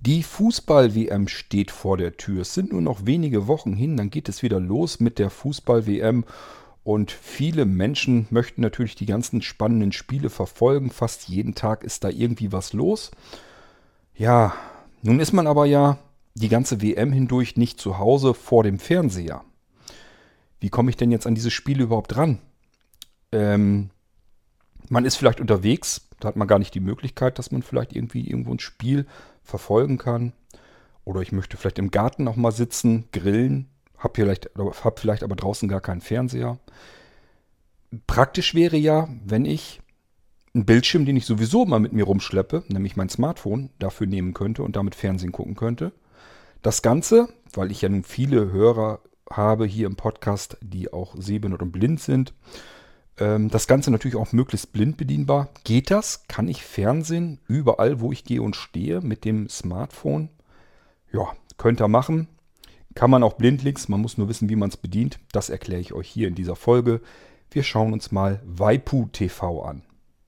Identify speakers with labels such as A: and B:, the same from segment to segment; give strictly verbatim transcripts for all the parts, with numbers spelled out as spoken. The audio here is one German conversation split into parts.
A: Die Fußball-W M steht vor der Tür. Es sind nur noch wenige Wochen hin, dann geht es wieder los mit der Fußball-W M. Und viele Menschen möchten natürlich die ganzen spannenden Spiele verfolgen. Fast jeden Tag ist da irgendwie was los. Ja, nun ist man aber ja die ganze W M hindurch nicht zu Hause vor dem Fernseher. Wie komme ich denn jetzt an diese Spiele überhaupt ran? Ähm, man ist vielleicht unterwegs, da hat man gar nicht die Möglichkeit, dass man vielleicht irgendwie irgendwo ein Spiel verfolgen kann. Oder ich möchte vielleicht im Garten noch mal sitzen, grillen, habe vielleicht, hab vielleicht aber draußen gar keinen Fernseher. Praktisch wäre ja, wenn ich einen Bildschirm, den ich sowieso mal mit mir rumschleppe, nämlich mein Smartphone, dafür nehmen könnte und damit Fernsehen gucken könnte. Das Ganze, weil ich ja nun viele Hörer habe hier im Podcast, die auch sehbehindert und blind sind, ähm, das Ganze natürlich auch möglichst blind bedienbar. Geht das? Kann ich Fernsehen überall, wo ich gehe und stehe, mit dem Smartphone? Ja, könnt ihr machen. Kann man auch blindlings, man muss nur wissen, wie man es bedient. Das erkläre ich euch hier in dieser Folge. Wir schauen uns mal Waipu T V an.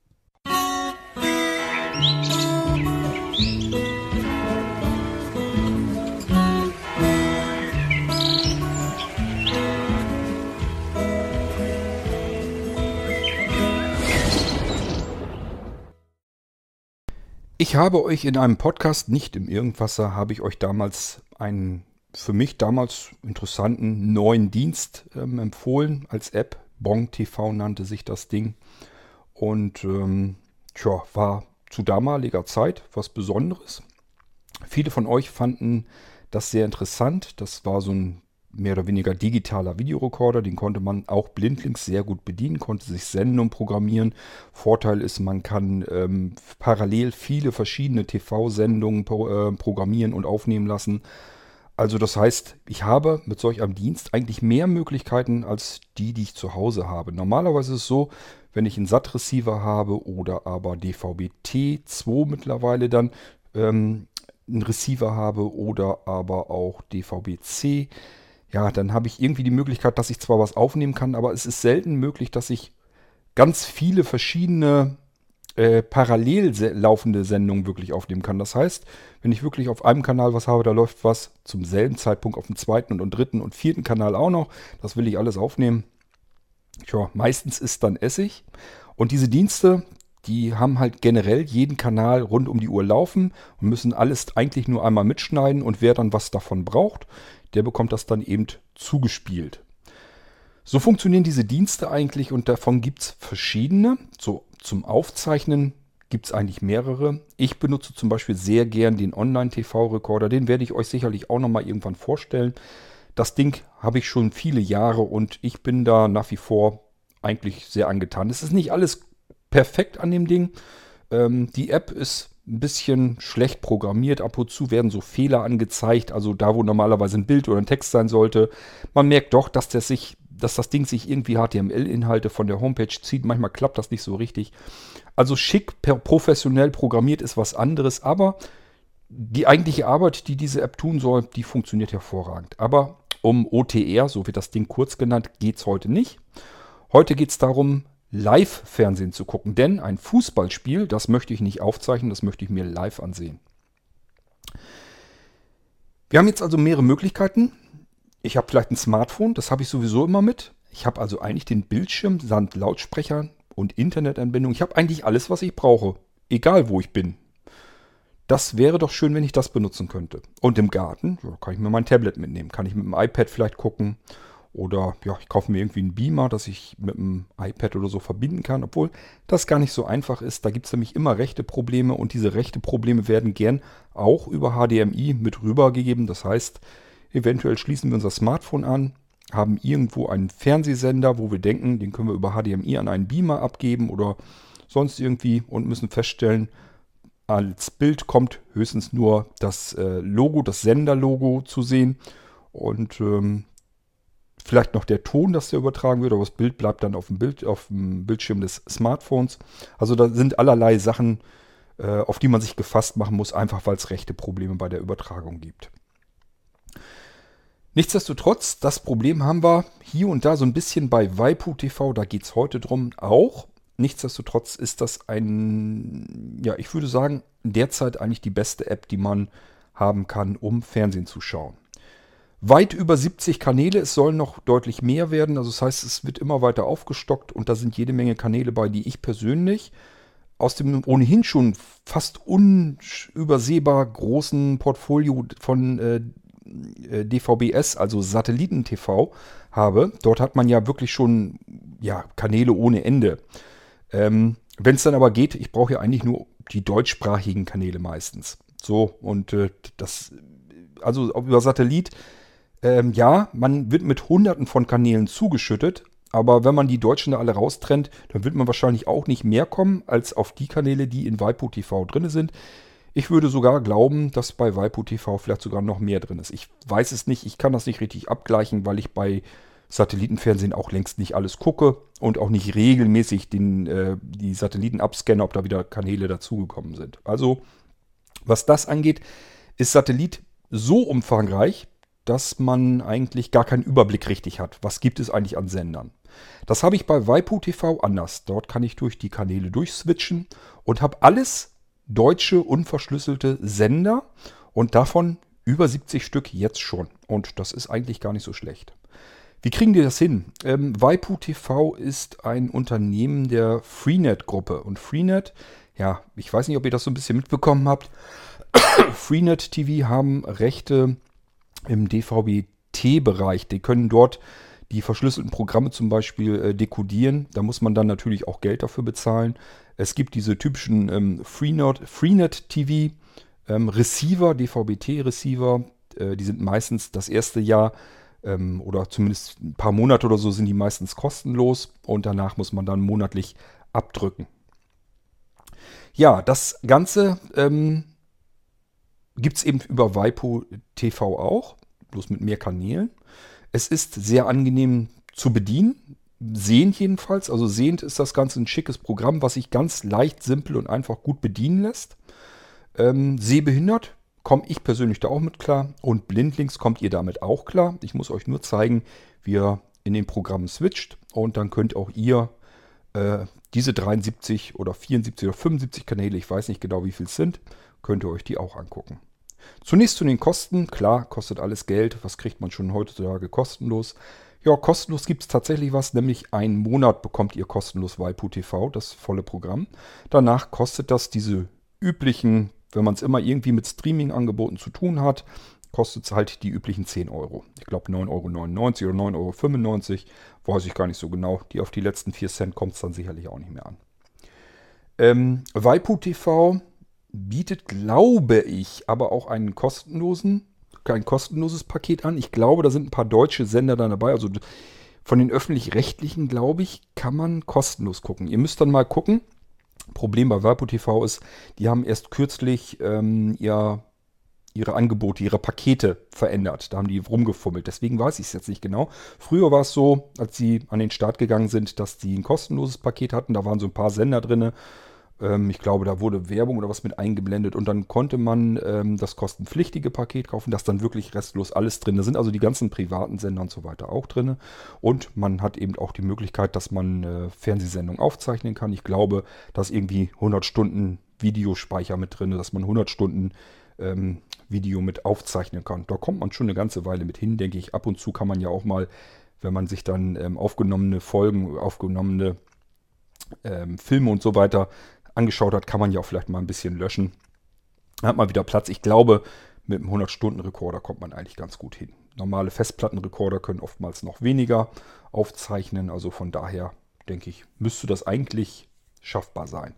A: Ich habe euch in einem Podcast, nicht im Irgendwasser, habe ich euch damals einen für mich damals interessanten neuen Dienst ähm, empfohlen als App. Bong T V nannte sich das Ding. Und ähm, tja, war zu damaliger Zeit was Besonderes. Viele von euch fanden das sehr interessant. Das war so ein mehr oder weniger digitaler Videorekorder. Den konnte man auch blindlings sehr gut bedienen, konnte sich Sendungen programmieren. Vorteil ist, man kann ähm, parallel viele verschiedene T V-Sendungen pro, äh, programmieren und aufnehmen lassen. Also das heißt, ich habe mit solch einem Dienst eigentlich mehr Möglichkeiten als die, die ich zu Hause habe. Normalerweise ist es so, wenn ich einen S A T-Receiver habe oder aber D V B T zwei mittlerweile dann ähm, einen Receiver habe oder aber auch D V B C, ja, dann habe ich irgendwie die Möglichkeit, dass ich zwar was aufnehmen kann, aber es ist selten möglich, dass ich ganz viele verschiedene äh, parallel se- laufende Sendungen wirklich aufnehmen kann. Das heißt, wenn ich wirklich auf einem Kanal was habe, da läuft was zum selben Zeitpunkt auf dem zweiten und, und dritten und vierten Kanal auch noch. Das will ich alles aufnehmen. Tja, meistens ist dann Essig. Und diese Dienste, die haben halt generell jeden Kanal rund um die Uhr laufen und müssen alles eigentlich nur einmal mitschneiden. Und wer dann was davon braucht, der bekommt das dann eben zugespielt. So funktionieren diese Dienste eigentlich und davon gibt es verschiedene. So zum Aufzeichnen gibt es eigentlich mehrere. Ich benutze zum Beispiel sehr gern den Online-T V-Rekorder. Den werde ich euch sicherlich auch nochmal irgendwann vorstellen. Das Ding habe ich schon viele Jahre und ich bin da nach wie vor eigentlich sehr angetan. Es ist nicht alles perfekt an dem Ding. Ähm, die App ist ein bisschen schlecht programmiert. Ab und zu werden so Fehler angezeigt, also da, wo normalerweise ein Bild oder ein Text sein sollte. Man merkt doch, dass, der sich, dass das Ding sich irgendwie H T M L-Inhalte von der Homepage zieht. Manchmal klappt das nicht so richtig. Also schick, per, professionell programmiert ist was anderes, aber die eigentliche Arbeit, die diese App tun soll, die funktioniert hervorragend. Aber um O T R, so wird das Ding kurz genannt, geht es heute nicht. Heute geht es darum, Live-Fernsehen zu gucken, denn ein Fußballspiel, das möchte ich nicht aufzeichnen, das möchte ich mir live ansehen. Wir haben jetzt also mehrere Möglichkeiten. Ich habe vielleicht ein Smartphone, das habe ich sowieso immer mit. Ich habe also eigentlich den Bildschirm samt Lautsprecher und Internetanbindung. Ich habe eigentlich alles, was ich brauche, egal wo ich bin. Das wäre doch schön, wenn ich das benutzen könnte. Und im Garten, ja, kann ich mir mein Tablet mitnehmen, kann ich mit dem iPad vielleicht gucken. Oder ja, ich kaufe mir irgendwie einen Beamer, dass ich mit dem iPad oder so verbinden kann, obwohl das gar nicht so einfach ist. Da gibt es nämlich immer rechte Probleme und diese rechte Probleme werden gern auch über H D M I mit rübergegeben. Das heißt, eventuell schließen wir unser Smartphone an, haben irgendwo einen Fernsehsender, wo wir denken, den können wir über H D M I an einen Beamer abgeben oder sonst irgendwie und müssen feststellen, als Bild kommt höchstens nur das äh, Logo, das Senderlogo zu sehen und ähm, vielleicht noch der Ton, dass der übertragen wird, aber das Bild bleibt dann auf dem, Bild, auf dem Bildschirm des Smartphones. Also da sind allerlei Sachen, äh, auf die man sich gefasst machen muss, einfach weil es rechte Probleme bei der Übertragung gibt. Nichtsdestotrotz, das Problem haben wir hier und da so ein bisschen bei Waipu T V, da geht es heute drum auch. Nichtsdestotrotz ist das ein, ja, ich würde sagen, derzeit eigentlich die beste App, die man haben kann, um Fernsehen zu schauen. Weit über siebzig Kanäle, es sollen noch deutlich mehr werden. Also das heißt, es wird immer weiter aufgestockt und da sind jede Menge Kanäle bei, die ich persönlich aus dem ohnehin schon fast unübersehbar großen Portfolio von äh, D V B S, also Satelliten-T V, habe. Dort hat man ja wirklich schon ja, Kanäle ohne Ende. Ähm, Wenn es dann aber geht, ich brauche ja eigentlich nur die deutschsprachigen Kanäle meistens. So, und äh, das, also über Satellit, ähm, ja, man wird mit hunderten von Kanälen zugeschüttet, aber wenn man die Deutschen da alle raustrennt, dann wird man wahrscheinlich auch nicht mehr kommen, als auf die Kanäle, die in waipu.tv drin sind. Ich würde sogar glauben, dass bei waipu.tv vielleicht sogar noch mehr drin ist. Ich weiß es nicht, ich kann das nicht richtig abgleichen, weil ich bei Satellitenfernsehen auch längst nicht alles gucke und auch nicht regelmäßig den, äh, die Satelliten abscanne, ob da wieder Kanäle dazugekommen sind. Also, was das angeht, ist Satellit so umfangreich, dass man eigentlich gar keinen Überblick richtig hat. Was gibt es eigentlich an Sendern? Das habe ich bei waipu.tv anders. Dort kann ich durch die Kanäle durchswitchen und habe alles deutsche unverschlüsselte Sender und davon über siebzig Stück jetzt schon. Und das ist eigentlich gar nicht so schlecht. Wie kriegen die das hin? Ähm, waipu.tv ist ein Unternehmen der Freenet-Gruppe. Und Freenet, ja, ich weiß nicht, ob ihr das so ein bisschen mitbekommen habt. Freenet T V haben Rechte im D V B T-Bereich. Die können dort die verschlüsselten Programme zum Beispiel äh, dekodieren. Da muss man dann natürlich auch Geld dafür bezahlen. Es gibt diese typischen ähm, Freenet, Freenet T V ähm, Receiver, D V B T-Receiver. Äh, die sind meistens das erste Jahr ähm, oder zumindest ein paar Monate oder so sind die meistens kostenlos. Und danach muss man dann monatlich abdrücken. Ja, das Ganze ähm, gibt es eben über waipu.tv auch, bloß mit mehr Kanälen. Es ist sehr angenehm zu bedienen, sehend jedenfalls. Also sehend ist das Ganze ein schickes Programm, was sich ganz leicht, simpel und einfach gut bedienen lässt. Ähm, sehbehindert komme ich persönlich da auch mit klar und blindlings kommt ihr damit auch klar. Ich muss euch nur zeigen, wie ihr in den Programmen switcht und dann könnt auch ihr äh, diese dreiundsiebzig oder vierundsiebzig oder fünfundsiebzig Kanäle, ich weiß nicht genau wie viel es sind, könnt ihr euch die auch angucken. Zunächst zu den Kosten. Klar, kostet alles Geld. Was kriegt man schon heutzutage kostenlos? Ja, kostenlos gibt es tatsächlich was, nämlich einen Monat bekommt ihr kostenlos waipu.tv, das volle Programm. Danach kostet das diese üblichen, wenn man es immer irgendwie mit Streaming-Angeboten zu tun hat, kostet es halt die üblichen zehn Euro. Ich glaube neun Euro neunundneunzig oder neun Euro fünfundneunzig, weiß ich gar nicht so genau. Die auf die letzten vier Cent kommt es dann sicherlich auch nicht mehr an. Ähm, waipu.tv bietet, glaube ich, aber auch einen kostenlosen, kein kostenloses Paket an. Ich glaube, da sind ein paar deutsche Sender da dabei. Also von den öffentlich-rechtlichen, glaube ich, kann man kostenlos gucken. Ihr müsst dann mal gucken. Problem bei waipu.tv ist, die haben erst kürzlich ähm, ihr, ihre Angebote, ihre Pakete verändert. Da haben die rumgefummelt. Deswegen weiß ich es jetzt nicht genau. Früher war es so, als sie an den Start gegangen sind, dass die ein kostenloses Paket hatten. Da waren so ein paar Sender drin. Ich glaube, da wurde Werbung oder was mit eingeblendet und dann konnte man ähm, das kostenpflichtige Paket kaufen, da ist dann wirklich restlos alles drin. Da sind also die ganzen privaten Sender und so weiter auch drin. Und man hat eben auch die Möglichkeit, dass man äh, Fernsehsendungen aufzeichnen kann. Ich glaube, da ist irgendwie hundert Stunden Videospeicher mit drin, dass man hundert Stunden ähm, Video mit aufzeichnen kann. Da kommt man schon eine ganze Weile mit hin, denke ich. Ab und zu kann man ja auch mal, wenn man sich dann ähm, aufgenommene Folgen, aufgenommene ähm, Filme und so weiter angeschaut hat, kann man ja auch vielleicht mal ein bisschen löschen. Dann hat man wieder Platz. Ich glaube, mit einem hundert-Stunden-Rekorder kommt man eigentlich ganz gut hin. Normale Festplattenrekorder können oftmals noch weniger aufzeichnen. Also von daher, denke ich, müsste das eigentlich schaffbar sein.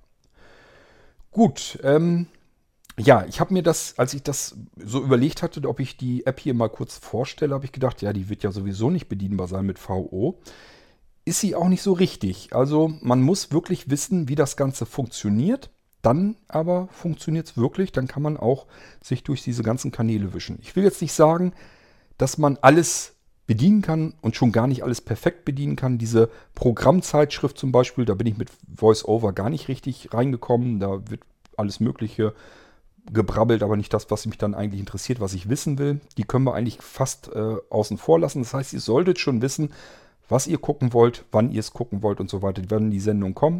A: Gut, ähm, ja, ich habe mir das, als ich das so überlegt hatte, ob ich die App hier mal kurz vorstelle, habe ich gedacht, ja, die wird ja sowieso nicht bedienbar sein mit V O. Ist sie auch nicht so richtig. Also man muss wirklich wissen, wie das Ganze funktioniert. Dann aber funktioniert es wirklich. Dann kann man auch sich durch diese ganzen Kanäle wischen. Ich will jetzt nicht sagen, dass man alles bedienen kann und schon gar nicht alles perfekt bedienen kann. Diese Programmzeitschrift zum Beispiel, da bin ich mit VoiceOver gar nicht richtig reingekommen. Da wird alles Mögliche gebrabbelt, aber nicht das, was mich dann eigentlich interessiert, was ich wissen will. Die können wir eigentlich fast äh, außen vor lassen. Das heißt, ihr solltet schon wissen, was ihr gucken wollt, wann ihr es gucken wollt und so weiter. Wenn die Sendungen kommen,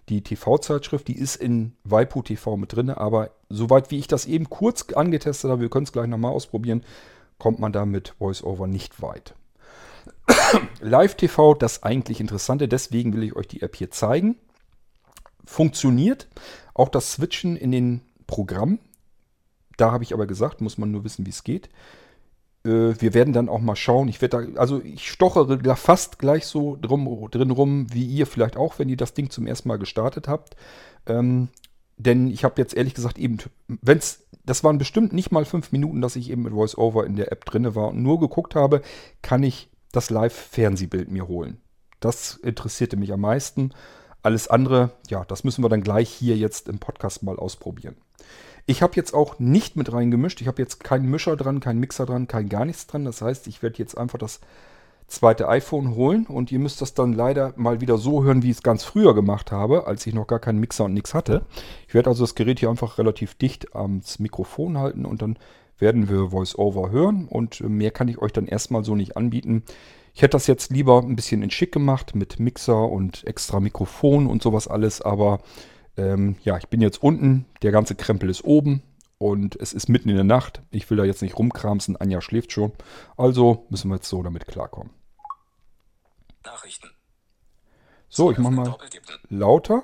A: Die T V-Zeitschrift, die ist in Waipu T V mit drin, aber soweit wie ich das eben kurz angetestet habe, wir können es gleich nochmal ausprobieren, kommt man da mit VoiceOver nicht weit. Live-T V, das eigentlich Interessante, deswegen will ich euch die App hier zeigen. Funktioniert auch das Switchen in den Programmen. Da habe ich aber gesagt, muss man nur wissen, wie es geht. Äh, wir werden dann auch mal schauen. Ich werde da, also ich stochere da fast gleich so drum, drin rum, wie ihr vielleicht auch, wenn ihr das Ding zum ersten Mal gestartet habt. Ähm, denn ich habe jetzt ehrlich gesagt eben, wenn's, das waren bestimmt nicht mal fünf Minuten, dass ich eben mit VoiceOver in der App drin war und nur geguckt habe, kann ich das Live-Fernsehbild mir holen. Das interessierte mich am meisten. Alles andere, ja, das müssen wir dann gleich hier jetzt im Podcast mal ausprobieren. Ich habe jetzt auch nicht mit reingemischt. Ich habe jetzt keinen Mischer dran, keinen Mixer dran, kein gar nichts dran. Das heißt, ich werde jetzt einfach das zweite iPhone holen und ihr müsst das dann leider mal wieder so hören, wie ich es ganz früher gemacht habe, als ich noch gar keinen Mixer und nichts hatte. Ich werde also das Gerät hier einfach relativ dicht ans Mikrofon halten und dann werden wir VoiceOver hören und mehr kann ich euch dann erstmal so nicht anbieten. Ich hätte das jetzt lieber ein bisschen in schick gemacht mit Mixer und extra Mikrofon und sowas alles, aber ähm, ja, ich bin jetzt unten, der ganze Krempel ist oben und es ist mitten in der Nacht. Ich will da jetzt nicht rumkramsen, Anja schläft schon, also müssen wir jetzt so damit klarkommen.
B: Nachrichten.
A: So, ich mache mal lauter.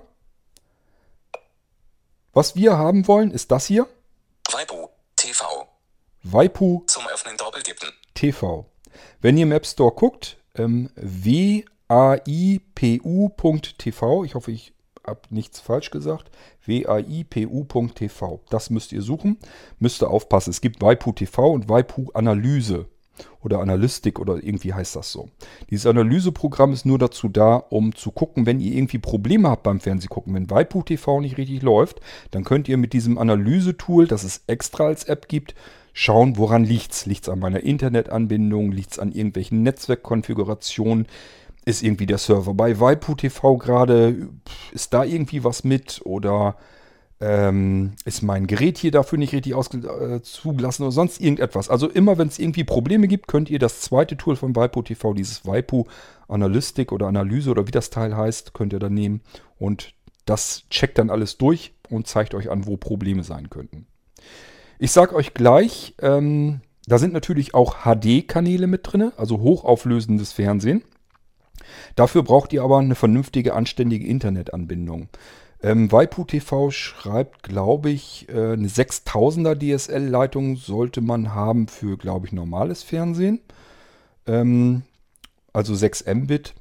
A: Was wir haben wollen, ist das hier.
B: Waipu T V.
A: Waipu
B: Zum Öffnen doppeltippen.
A: T V. Wenn ihr im App Store guckt, ähm, W A I P U Punkt T V, ich hoffe, ich habe nichts falsch gesagt, W A I P U Punkt T V, das müsst ihr suchen, müsst ihr aufpassen. Es gibt Waipu T V und Waipu Analyse oder Analystik oder irgendwie heißt das so. Dieses Analyseprogramm ist nur dazu da, um zu gucken, wenn ihr irgendwie Probleme habt beim Fernsehgucken. Wenn Waipu T V nicht richtig läuft, dann könnt ihr mit diesem Analyse-Tool, das es extra als App gibt, schauen, woran liegt's. Liegt's an meiner Internetanbindung? Liegt's an irgendwelchen Netzwerkkonfigurationen? Ist irgendwie der Server bei Waipu T V gerade? Ist da irgendwie was mit? Oder ähm, ist mein Gerät hier dafür nicht richtig ausge- äh, zugelassen oder sonst irgendetwas? Also immer, wenn es irgendwie Probleme gibt, könnt ihr das zweite Tool von Waipu T V, dieses Waipu Analystik oder Analyse oder wie das Teil heißt, könnt ihr dann nehmen und das checkt dann alles durch und zeigt euch an, wo Probleme sein könnten. Ich sage euch gleich, ähm, da sind natürlich auch H D-Kanäle mit drin, also hochauflösendes Fernsehen. Dafür braucht ihr aber eine vernünftige, anständige Internetanbindung. Ähm, Waipu T V schreibt, glaube ich, äh, eine sechstausender D S L-Leitung sollte man haben für, glaube ich, normales Fernsehen. Ähm, also sechs Mbit.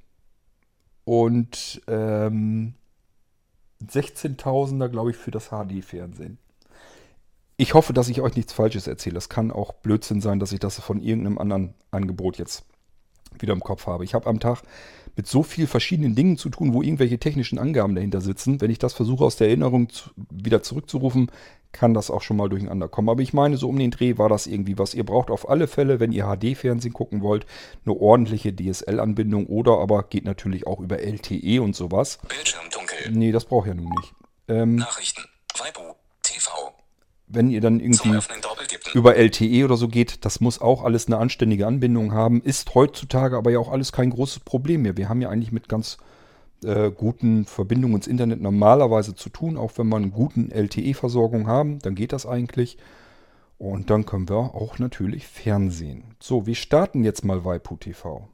A: Und ähm, sechzehntausender, glaube ich, für das H D-Fernsehen. Ich hoffe, dass ich euch nichts Falsches erzähle. Das kann auch Blödsinn sein, dass ich das von irgendeinem anderen Angebot jetzt wieder im Kopf habe. Ich habe am Tag mit so vielen verschiedenen Dingen zu tun, wo irgendwelche technischen Angaben dahinter sitzen. Wenn ich das versuche aus der Erinnerung zu, wieder zurückzurufen, kann das auch schon mal durcheinander kommen. Aber ich meine, so um den Dreh war das irgendwie was. Ihr braucht auf alle Fälle, wenn ihr H D-Fernsehen gucken wollt, eine ordentliche D S L-Anbindung oder aber geht natürlich auch über L T E und sowas.
B: Bildschirm dunkel.
A: Nee, das braucht ihr nun nicht. Ähm,
B: Nachrichten. Waipu T V.
A: wenn ihr dann
B: Zum
A: irgendwie
B: Öffnen doppeltippen.
A: über L T E oder so geht, das muss auch alles eine anständige Anbindung haben. Ist heutzutage aber ja auch alles kein großes Problem mehr. Wir haben ja eigentlich mit ganz äh, guten Verbindungen ins Internet normalerweise zu tun. Auch wenn wir eine guten L T E-Versorgung haben, dann geht das eigentlich. Und dann können wir auch natürlich Fernsehen. So, wir starten jetzt mal Waipu T V.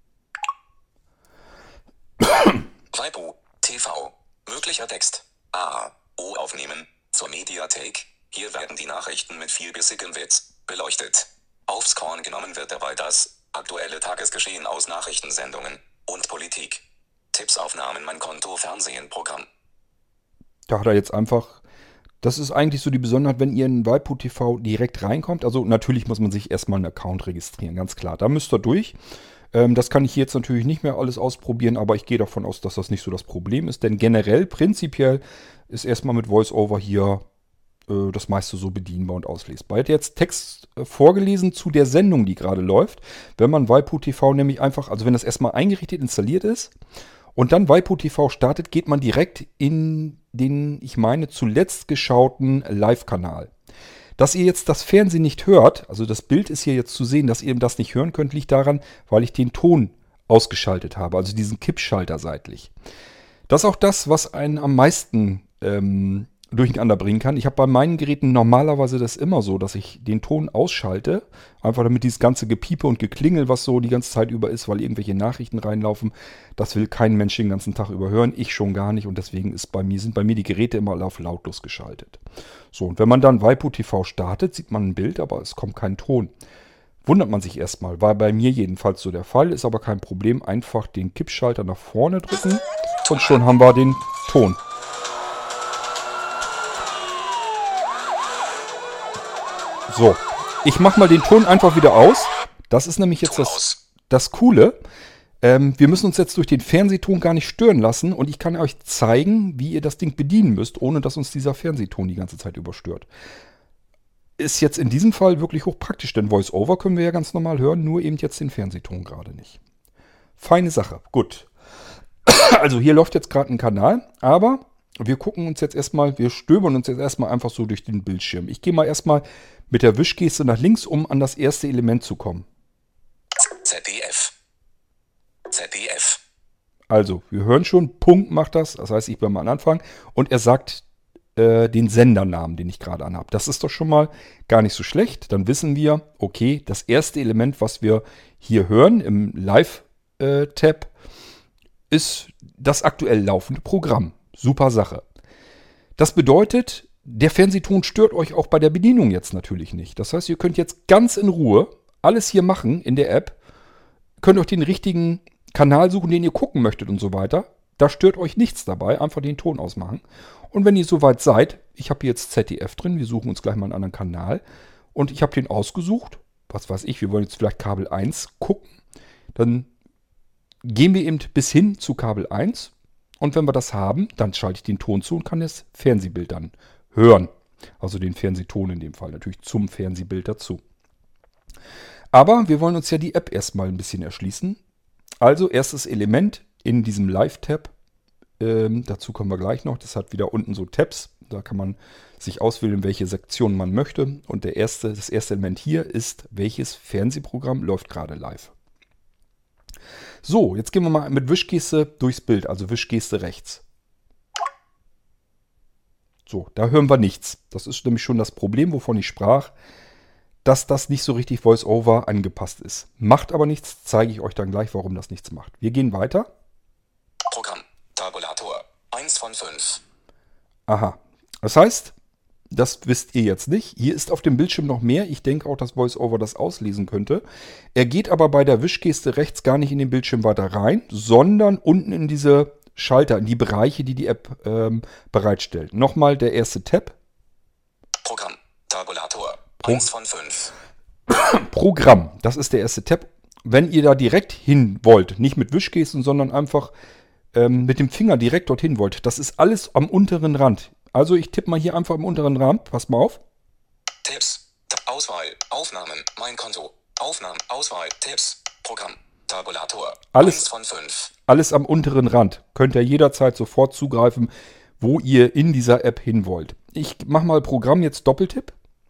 B: Waipu T V. Möglicher Text. A. O aufnehmen. Zur Mediathek. Hier werden die Nachrichten mit vielbissigem Witz beleuchtet. Aufs Korn genommen wird dabei das aktuelle Tagesgeschehen aus Nachrichtensendungen und Politik. Tippsaufnahmen, mein Konto, Fernsehen, Programm.
A: Da hat er jetzt einfach, das ist eigentlich so die Besonderheit, wenn ihr in Waipu T V direkt reinkommt. Also natürlich muss man sich erstmal einen Account registrieren, ganz klar. Da müsst ihr durch. Ähm, das kann ich jetzt natürlich nicht mehr alles ausprobieren, aber ich gehe davon aus, dass das nicht so das Problem ist. Denn generell, prinzipiell, ist erstmal mit VoiceOver hier äh, das meiste so bedienbar und auslesbar. Ich hätte jetzt Text äh, vorgelesen zu der Sendung, die gerade läuft. Wenn man Waipu T V nämlich einfach, also wenn das erstmal eingerichtet, installiert ist und dann Waipu T V startet, geht man direkt in den, ich meine, zuletzt geschauten Live-Kanal. Dass ihr jetzt das Fernsehen nicht hört, also das Bild ist hier jetzt zu sehen, dass ihr das nicht hören könnt, liegt daran, weil ich den Ton ausgeschaltet habe, also diesen Kippschalter seitlich. Das ist auch das, was einen am meisten ähm, durcheinander bringen kann. Ich habe bei meinen Geräten normalerweise das immer so, dass ich den Ton ausschalte, einfach damit dieses ganze Gepiepe und Geklingel, was so die ganze Zeit über ist, weil irgendwelche Nachrichten reinlaufen, das will kein Mensch den ganzen Tag über hören, ich schon gar nicht und deswegen ist bei mir, sind bei mir die Geräte immer auf lautlos geschaltet. So, und wenn man dann waipu.tv startet, sieht man ein Bild, aber es kommt kein Ton. Wundert man sich erstmal, war bei mir jedenfalls so der Fall, ist aber kein Problem, einfach den Kippschalter nach vorne drücken und schon haben wir den Ton. So, ich mache mal den Ton einfach wieder aus. Das ist nämlich jetzt das, das Coole. Ähm, wir müssen uns jetzt durch den Fernsehton gar nicht stören lassen und ich kann euch zeigen, wie ihr das Ding bedienen müsst, ohne dass uns dieser Fernsehton die ganze Zeit überstört. Ist jetzt in diesem Fall wirklich hochpraktisch, denn Voice-Over können wir ja ganz normal hören, nur eben jetzt den Fernsehton gerade nicht. Feine Sache, gut. Also hier läuft jetzt gerade ein Kanal, aber wir gucken uns jetzt erstmal, wir stöbern uns jetzt erstmal einfach so durch den Bildschirm. Ich gehe mal erstmal mit der Wischgeste nach links, um an das erste Element zu kommen.
B: Z D F. Z D F.
A: Also, wir hören schon, Punkt macht das, das heißt, ich bin mal am Anfang und er sagt äh, den Sendernamen, den ich gerade anhabe. Das ist doch schon mal gar nicht so schlecht. Dann wissen wir, okay, das erste Element, was wir hier hören im Live-Tab, ist das aktuell laufende Programm. Super Sache. Das bedeutet, der Fernsehton stört euch auch bei der Bedienung jetzt natürlich nicht. Das heißt, ihr könnt jetzt ganz in Ruhe alles hier machen in der App, könnt euch den richtigen Kanal suchen, den ihr gucken möchtet und so weiter. Da stört euch nichts dabei, einfach den Ton ausmachen. Und wenn ihr soweit seid, ich habe hier jetzt Z D F drin, wir suchen uns gleich mal einen anderen Kanal und ich habe den ausgesucht, was weiß ich, wir wollen jetzt vielleicht Kabel eins gucken, dann gehen wir eben bis hin zu Kabel eins und wenn wir das haben, dann schalte ich den Ton zu und kann das Fernsehbild dann hören. Also den Fernsehton in dem Fall, natürlich zum Fernsehbild dazu. Aber wir wollen uns ja die App erstmal ein bisschen erschließen. Also erstes Element in diesem Live-Tab. Ähm, dazu kommen wir gleich noch. Das hat wieder unten so Tabs. Da kann man sich auswählen, welche Sektion man möchte. Und der erste, das erste Element hier ist, welches Fernsehprogramm läuft gerade live. So, jetzt gehen wir mal mit Wischgeste durchs Bild, also Wischgeste rechts. So, da hören wir nichts. Das ist nämlich schon das Problem, wovon ich sprach, dass das nicht so richtig Voice-Over angepasst ist. Macht aber nichts, zeige ich euch dann gleich, warum das nichts macht. Wir gehen weiter.
B: Programm. Tabulator. eins von fünf.
A: Aha. Das heißt, das wisst ihr jetzt nicht. Hier ist auf dem Bildschirm noch mehr. Ich denke auch, dass VoiceOver das auslesen könnte. Er geht aber bei der Wischgeste rechts gar nicht in den Bildschirm weiter rein, sondern unten in diese Schalter, in die Bereiche, die die App ähm, bereitstellt. Nochmal der erste Tab.
B: Programm. Tabulator. eins von fünf.
A: Programm. Das ist der erste Tab. Wenn ihr da direkt hin wollt, nicht mit Wischgesten, sondern einfach ähm, mit dem Finger direkt dorthin wollt, das ist alles am unteren Rand. Also ich tippe mal hier einfach am unteren Rand. Passt mal auf.
B: Tipps. Auswahl. Aufnahmen. Mein Konto. Aufnahmen. Auswahl. Tipps. Programm. Tabulator.
A: Alles,
B: eins von fünf.
A: alles am unteren Rand. Könnt ihr jederzeit sofort zugreifen, wo ihr in dieser App hin wollt. Ich mache mal Programm jetzt Doppeltipp.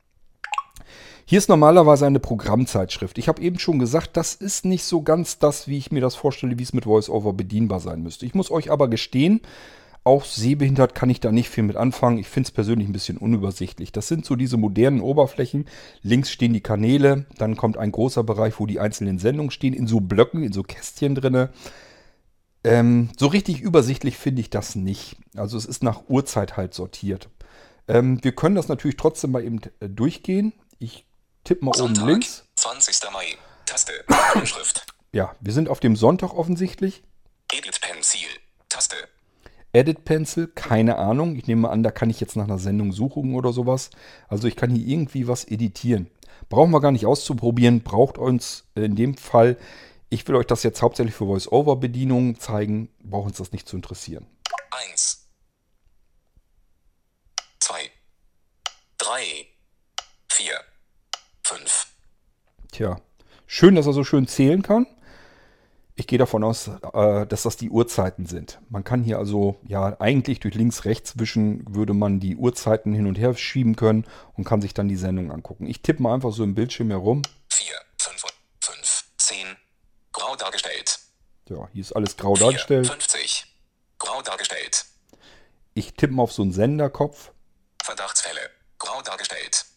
A: Hier ist normalerweise eine Programmzeitschrift. Ich habe eben schon gesagt, das ist nicht so ganz das, wie ich mir das vorstelle, wie es mit VoiceOver bedienbar sein müsste. Ich muss euch aber gestehen, auch sehbehindert kann ich da nicht viel mit anfangen. Ich finde es persönlich ein bisschen unübersichtlich. Das sind so diese modernen Oberflächen. Links stehen die Kanäle, dann kommt ein großer Bereich, wo die einzelnen Sendungen stehen, in so Blöcken, in so Kästchen drinne. Ähm, so richtig übersichtlich finde ich das nicht. Also es ist nach Uhrzeit halt sortiert. Ähm, wir können das natürlich trotzdem mal eben äh, durchgehen. Ich tippe mal
B: Sonntag,
A: oben links.
B: zwanzigster Mai. Taste. Schrift.
A: Ja, wir sind auf dem Sonntag offensichtlich.
B: Edit Pencil. Taste.
A: Edit Pencil, keine Ahnung. Ich nehme an, da kann ich jetzt nach einer Sendung suchen oder sowas. Also ich kann hier irgendwie was editieren. Brauchen wir gar nicht auszuprobieren. Braucht uns in dem Fall, ich will euch das jetzt hauptsächlich für Voice-Over-Bedienungen zeigen, braucht uns das nicht zu interessieren.
B: eins. zwei. drei. vier. fünf.
A: Tja, schön, dass er so schön zählen kann. Ich gehe davon aus, äh, dass das die Uhrzeiten sind. Man kann hier also ja eigentlich durch links, rechts wischen, würde man die Uhrzeiten hin und her schieben können und kann sich dann die Sendung angucken. Ich tippe mal einfach so im Bildschirm herum.
B: vier, fünf, zehn. Grau dargestellt.
A: Ja, hier ist alles grau
B: vier,
A: dargestellt.
B: fünfzig. Grau dargestellt.
A: Ich tippe mal auf so einen Senderkopf.
B: Verdachtsfälle. Grau dargestellt.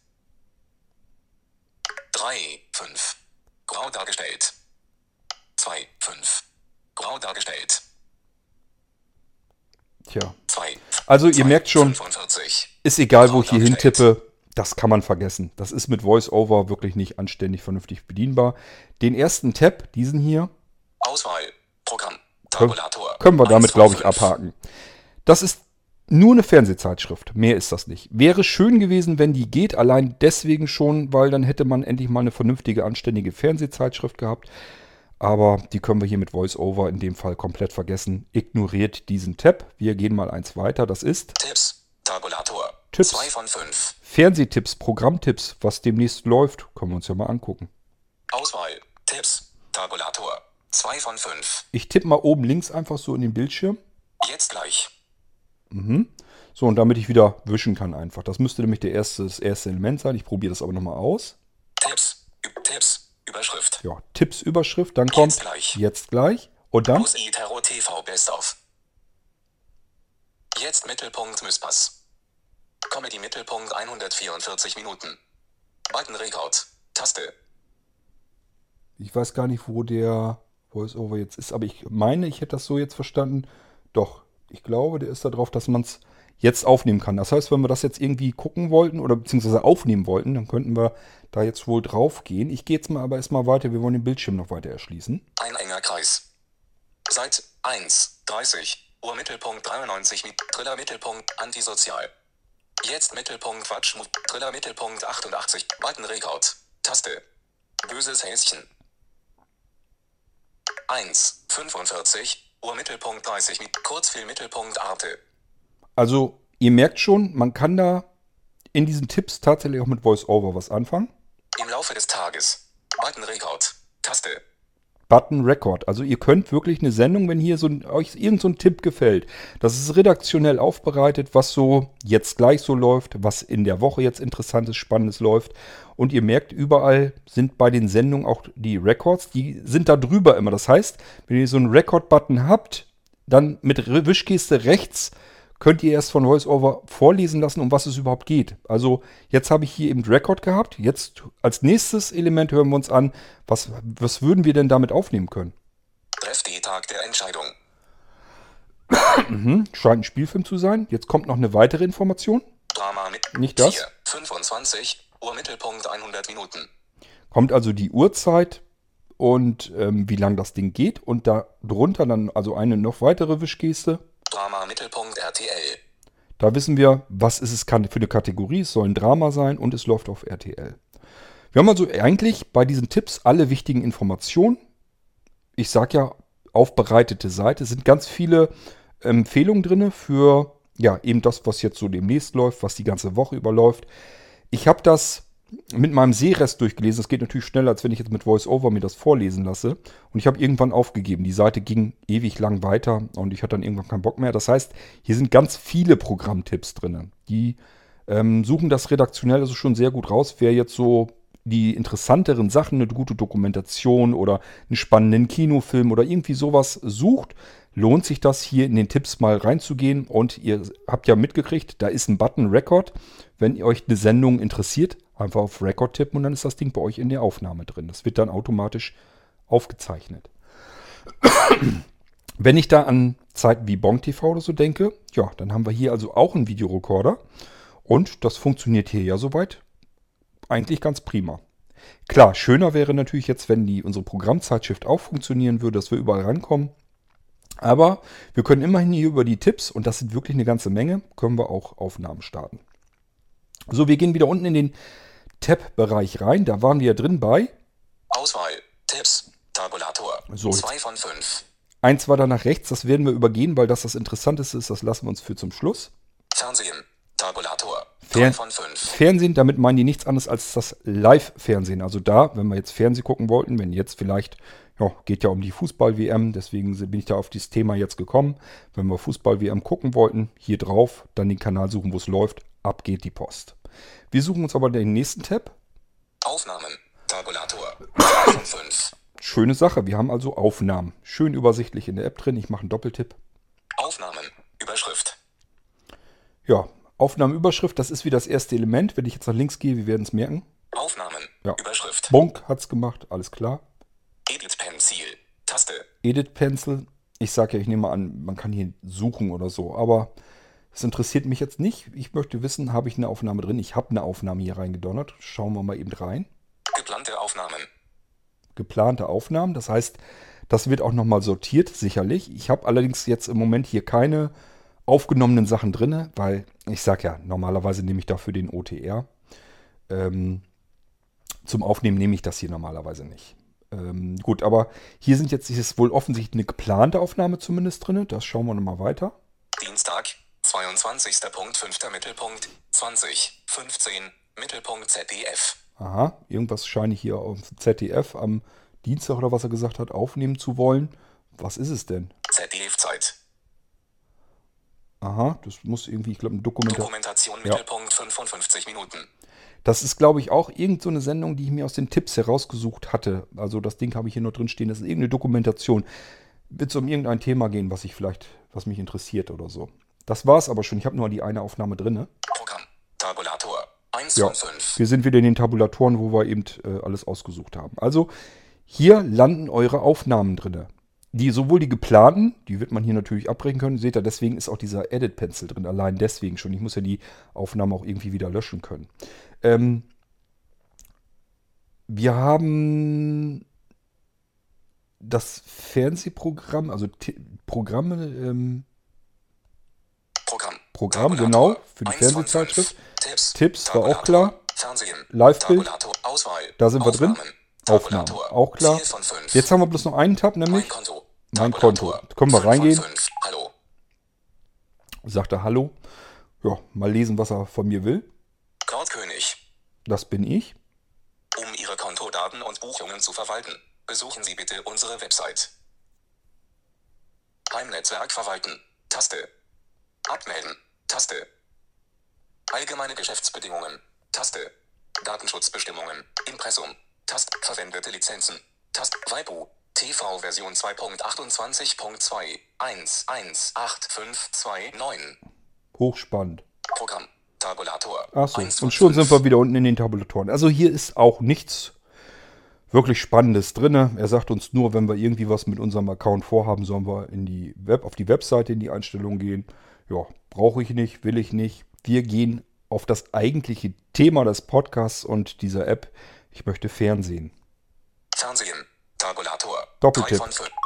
B: drei, fünf. Grau dargestellt. zwei, fünf. Grau dargestellt.
A: Tja.
B: zwei.
A: Also ihr merkt schon,
B: fünfundvierzig.
A: ist egal, wo
B: Grau
A: ich hier
B: dargestellt.
A: hintippe, das kann man vergessen. Das ist mit VoiceOver wirklich nicht anständig, vernünftig bedienbar. Den ersten Tab, diesen hier,
B: Auswahl. Programm.
A: können,
B: Tabulator.
A: können wir damit,
B: eins von
A: glaube ich,
B: fünf.
A: abhaken. Das ist nur eine Fernsehzeitschrift. Mehr ist das nicht. Wäre schön gewesen, wenn die geht. Allein deswegen schon, weil dann hätte man endlich mal eine vernünftige, anständige Fernsehzeitschrift gehabt. Aber die können wir hier mit VoiceOver in dem Fall komplett vergessen. Ignoriert diesen Tab. Wir gehen mal eins weiter. Das ist
B: Tipps. Tabulator.
A: Tipps.
B: zwei von fünf.
A: Fernsehtipps, Programmtipps, was demnächst läuft. Können wir uns ja mal angucken.
B: Auswahl. Tipps. Tabulator. zwei von fünf.
A: Ich tippe mal oben links einfach so in den Bildschirm.
B: Jetzt gleich.
A: So, und damit ich wieder wischen kann einfach. Das müsste nämlich der erste, das erste Element sein. Ich probiere das aber nochmal aus.
B: Tipps. Ü- Tipps. Überschrift.
A: Ja, Tipps, Überschrift, dann kommt
B: Jetzt gleich.
A: jetzt gleich. Und dann,
B: Plus Itero T V Best of. Jetzt Mittelpunkt Mythpass. Comedy Mittelpunkt hundertvierundvierzig Minuten. Button Rekord. Taste.
A: ich weiß gar nicht, wo der VoiceOver jetzt ist, aber ich meine, ich hätte das so jetzt verstanden. Doch, ich glaube, der ist da drauf, dass man es jetzt aufnehmen kann. Das heißt, wenn wir das jetzt irgendwie gucken wollten oder beziehungsweise aufnehmen wollten, dann könnten wir da jetzt wohl drauf gehen. Ich gehe jetzt mal aber erstmal weiter. Wir wollen den Bildschirm noch weiter erschließen.
B: Ein enger Kreis. Seit eins dreißig Uhr Mittelpunkt dreiundneunzig Mi- Triller Mittelpunkt Antisozial. Jetzt Mittelpunkt Quatsch Mu- Triller Mittelpunkt achtundachtzig Button Rekord. Taste. Böses Häschen. eins fünfundvierzig Uhr Mittelpunkt dreißig Mi- Kurzfilm Mittelpunkt Arte.
A: Also, ihr merkt schon, man kann da in diesen Tipps tatsächlich auch mit VoiceOver was anfangen.
B: Im Laufe des Tages. Button Rekord. Taste.
A: Button Record. Also ihr könnt wirklich eine Sendung, wenn hier so ein, euch irgend so ein Tipp gefällt, das ist redaktionell aufbereitet, was so jetzt gleich so läuft, was in der Woche jetzt Interessantes, Spannendes läuft. Und ihr merkt, überall sind bei den Sendungen auch die Records, die sind da drüber immer. Das heißt, wenn ihr so einen Record-Button habt, dann mit Re- Wischgeste rechts könnt ihr erst von VoiceOver vorlesen lassen, um was es überhaupt geht. Also jetzt habe ich hier eben Record gehabt. Jetzt als nächstes Element hören wir uns an, was, was würden wir denn damit aufnehmen können?
B: Treff die Tag der Entscheidung.
A: Scheint ein Spielfilm zu sein. Jetzt kommt noch eine weitere Information.
B: Drama mit
A: Nicht das.
B: vier fünfundzwanzig Uhr Mittelpunkt hundert Minuten.
A: Kommt also die Uhrzeit und ähm, wie lang das Ding geht. Und da drunter dann also eine noch weitere Wischgeste.
B: Drama Mittelpunkt R T L.
A: Da wissen wir, was ist es kann- für eine Kategorie. Es soll ein Drama sein und es läuft auf R T L. Wir haben also eigentlich bei diesen Tipps alle wichtigen Informationen. Ich sage ja, aufbereitete Seite. Es sind ganz viele Empfehlungen drin für ja, eben das, was jetzt so demnächst läuft, was die ganze Woche überläuft. Ich habe das mit meinem Sehrest durchgelesen. Es geht natürlich schneller, als wenn ich jetzt mit VoiceOver mir das vorlesen lasse. Und ich habe irgendwann aufgegeben. Die Seite ging ewig lang weiter und ich hatte dann irgendwann keinen Bock mehr. Das heißt, hier sind ganz viele Programmtipps drin. Die ähm, suchen das redaktionell also schon sehr gut raus. Wer jetzt so die interessanteren Sachen, eine gute Dokumentation oder einen spannenden Kinofilm oder irgendwie sowas sucht, lohnt sich das hier in den Tipps mal reinzugehen. Und ihr habt ja mitgekriegt, da ist ein Button Record. Wenn ihr euch eine Sendung interessiert, einfach auf Record tippen und dann ist das Ding bei euch in der Aufnahme drin. Das wird dann automatisch aufgezeichnet. Wenn ich da an Zeiten wie Bong T V oder so denke, ja, dann haben wir hier also auch einen Videorekorder. Und das funktioniert hier ja soweit eigentlich ganz prima. Klar, schöner wäre natürlich jetzt, wenn die unsere Programmzeitschrift auch funktionieren würde, dass wir überall rankommen. Aber wir können immerhin hier über die Tipps, und das sind wirklich eine ganze Menge, können wir auch Aufnahmen starten. So, wir gehen wieder unten in den Tab-Bereich rein. Da waren wir ja drin bei
B: Auswahl. Tipps. Tabulator.
A: So, jetzt-
B: zwei von fünf.
A: eins war da nach rechts. Das werden wir übergehen, weil das das Interessanteste ist. Das lassen wir uns für zum Schluss.
B: Fernsehen. Tabulator.
A: Fer-
B: drei von fünf.
A: Fernsehen, damit meinen die nichts anderes als das Live-Fernsehen. Also da, wenn wir jetzt Fernsehen gucken wollten, wenn jetzt vielleicht, ja, geht ja um die Fußball-W M, deswegen bin ich da auf dieses Thema jetzt gekommen. Wenn wir Fußball-W M gucken wollten, hier drauf, dann den Kanal suchen, wo es läuft, ab geht die Post. Wir suchen uns aber den nächsten Tab.
B: Aufnahmen. Tabulator. drei von fünf.
A: Schöne Sache, wir haben also Aufnahmen. Schön übersichtlich in der App drin. Ich mache einen Doppeltipp.
B: Aufnahmen.
A: Ja, Aufnahmeüberschrift, das ist wie das erste Element. Wenn ich jetzt nach links gehe, wir werden es merken.
B: Aufnahmen.
A: Ja.
B: Überschrift.
A: Bonk hat's gemacht, alles klar.
B: Edit Pencil. Taste.
A: Edit Pencil. Ich sage ja, ich nehme an, man kann hier suchen oder so, aber es interessiert mich jetzt nicht. Ich möchte wissen, habe ich eine Aufnahme drin? Ich habe eine Aufnahme hier reingedonnert. Schauen wir mal eben rein.
B: Geplante Aufnahmen.
A: Geplante Aufnahmen, das heißt, das wird auch nochmal sortiert, sicherlich. Ich habe allerdings jetzt im Moment hier keine aufgenommenen Sachen drin, weil ich sage ja, normalerweise nehme ich dafür den O T R. Ähm, zum Aufnehmen nehme ich das hier normalerweise nicht. Ähm, gut, aber hier sind jetzt, ist wohl offensichtlich eine geplante Aufnahme zumindest drin. Das schauen wir nochmal weiter.
B: Dienstag, zweiundzwanzigster fünfter Mittelpunkt, zwanzig fünfzehn, Mittelpunkt Z D F.
A: Aha, irgendwas scheine ich hier auf Z D F am Dienstag oder was er gesagt hat, aufnehmen zu wollen. Was ist es denn?
B: Z D F-Zeit.
A: Aha, das muss irgendwie, ich glaube, ein Dokumenta-
B: Dokumentation
A: Ja.
B: Mittelpunkt fünfundfünfzig Minuten.
A: Das ist, glaube ich, auch irgend so eine Sendung, die ich mir aus den Tipps herausgesucht hatte. Also das Ding habe ich hier nur drin stehen. Das ist irgendeine Dokumentation. Wird es um irgendein Thema gehen, was ich vielleicht, was mich interessiert oder so. Das war's aber schon. Ich habe nur die eine Aufnahme drin.
B: Programm. Tabulator. eins
A: Ja,
B: von fünf.
A: wir sind wieder in den Tabulatoren, wo wir eben äh, alles ausgesucht haben. Also hier landen eure Aufnahmen drin. Die, sowohl die geplanten, die wird man hier natürlich abbrechen können. Seht ihr, deswegen ist auch dieser Edit Pencil drin. Allein deswegen schon. Ich muss ja die Aufnahmen auch irgendwie wieder löschen können. Ähm, wir haben das Fernsehprogramm, also T- Programme, ähm,
B: Programm.
A: Programm,
B: Tabulator.
A: genau, für die
B: eins von
A: Fernsehzeitschrift.
B: fünf. Tipps.
A: Tipps war auch
B: Tabulator.
A: klar.
B: Fernsehen.
A: Live-Bild,
B: Tabulator. Auswahl.
A: da sind wir drin.
B: Aufnahmen.
A: Aufnahmen,
B: Tabulator.
A: auch klar.
B: vier von fünf.
A: Jetzt haben wir bloß noch einen Tab, nämlich
B: Mein Konto.
A: mein
B: Tabulator.
A: Konto. Können wir
B: fünf von
A: reingehen?
B: fünf. Hallo.
A: Sagt er Hallo. Ja, mal lesen, was er von mir will.
B: Cloud-König.
A: Das bin ich.
B: Um Ihre Kontodaten und Buchungen zu verwalten, besuchen Sie bitte unsere Website. Heimnetzwerk verwalten. Taste. Abmelden. Taste. Allgemeine Geschäftsbedingungen. Taste. Datenschutzbestimmungen. Impressum. Taste. Verwendete Lizenzen. Taste. Waipu. T V-Version zwei Punkt achtundzwanzig Punkt zwei eins eins acht fünf zwei neun.
A: Hochspannend.
B: Programm. Tabulator.
A: Achso,
B: eins von
A: und schon
B: fünf.
A: sind wir wieder unten in den Tabulatoren. Also hier ist auch nichts wirklich Spannendes drin. Er sagt uns nur, wenn wir irgendwie was mit unserem Account vorhaben, sollen wir in die Web, auf die Webseite in die Einstellungen gehen. Ja, brauche ich nicht, will ich nicht. Wir gehen auf das eigentliche Thema des Podcasts und dieser App. Ich möchte Fernsehen.
B: Fernsehen. Tabulator.
A: Doppeltipp.
B: drei von fünf.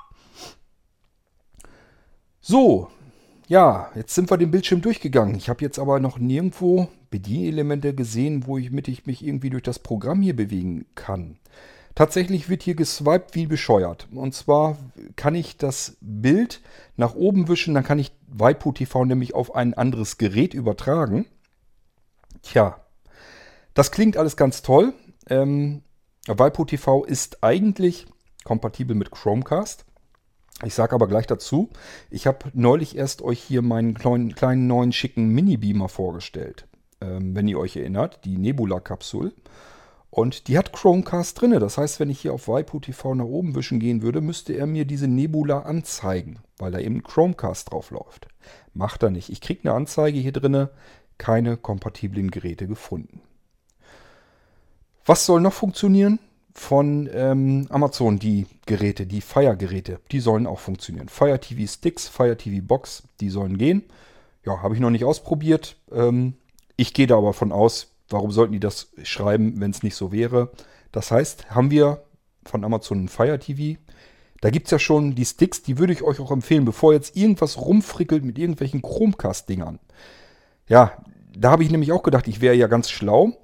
A: So, ja, jetzt sind wir den Bildschirm durchgegangen. Ich habe jetzt aber noch nirgendwo Bedienelemente gesehen, wo ich mit ich mich irgendwie durch das Programm hier bewegen kann. Tatsächlich wird hier geswiped wie bescheuert. Und zwar kann ich das Bild nach oben wischen, dann kann ich Waipu T V nämlich auf ein anderes Gerät übertragen. Tja, das klingt alles ganz toll. Ähm, Waipu T V ist eigentlich kompatibel mit Chromecast. Ich sage aber gleich dazu, ich habe neulich erst euch hier meinen kleinen, kleinen neuen schicken Mini-Beamer vorgestellt. Ähm, wenn ihr euch erinnert, die Nebula-Kapsel. Und die hat Chromecast drin. Das heißt, wenn ich hier auf Waipu T V nach oben wischen gehen würde, müsste er mir diese Nebula anzeigen, weil da eben Chromecast drauf läuft. Macht er nicht. Ich kriege eine Anzeige hier drin, keine kompatiblen Geräte gefunden. Was soll noch funktionieren? Von ähm, Amazon die Geräte, die Fire-Geräte, die sollen auch funktionieren. Fire T V Sticks, Fire T V Box, die sollen gehen. Ja, habe ich noch nicht ausprobiert. Ähm, ich gehe da aber von aus, warum sollten die das schreiben, wenn es nicht so wäre? Das heißt, haben wir von Amazon einen Fire T V. Da gibt es ja schon die Sticks, die würde ich euch auch empfehlen, bevor jetzt irgendwas rumfrickelt mit irgendwelchen Chromecast-Dingern. Ja, da habe ich nämlich auch gedacht, ich wäre ja ganz schlau.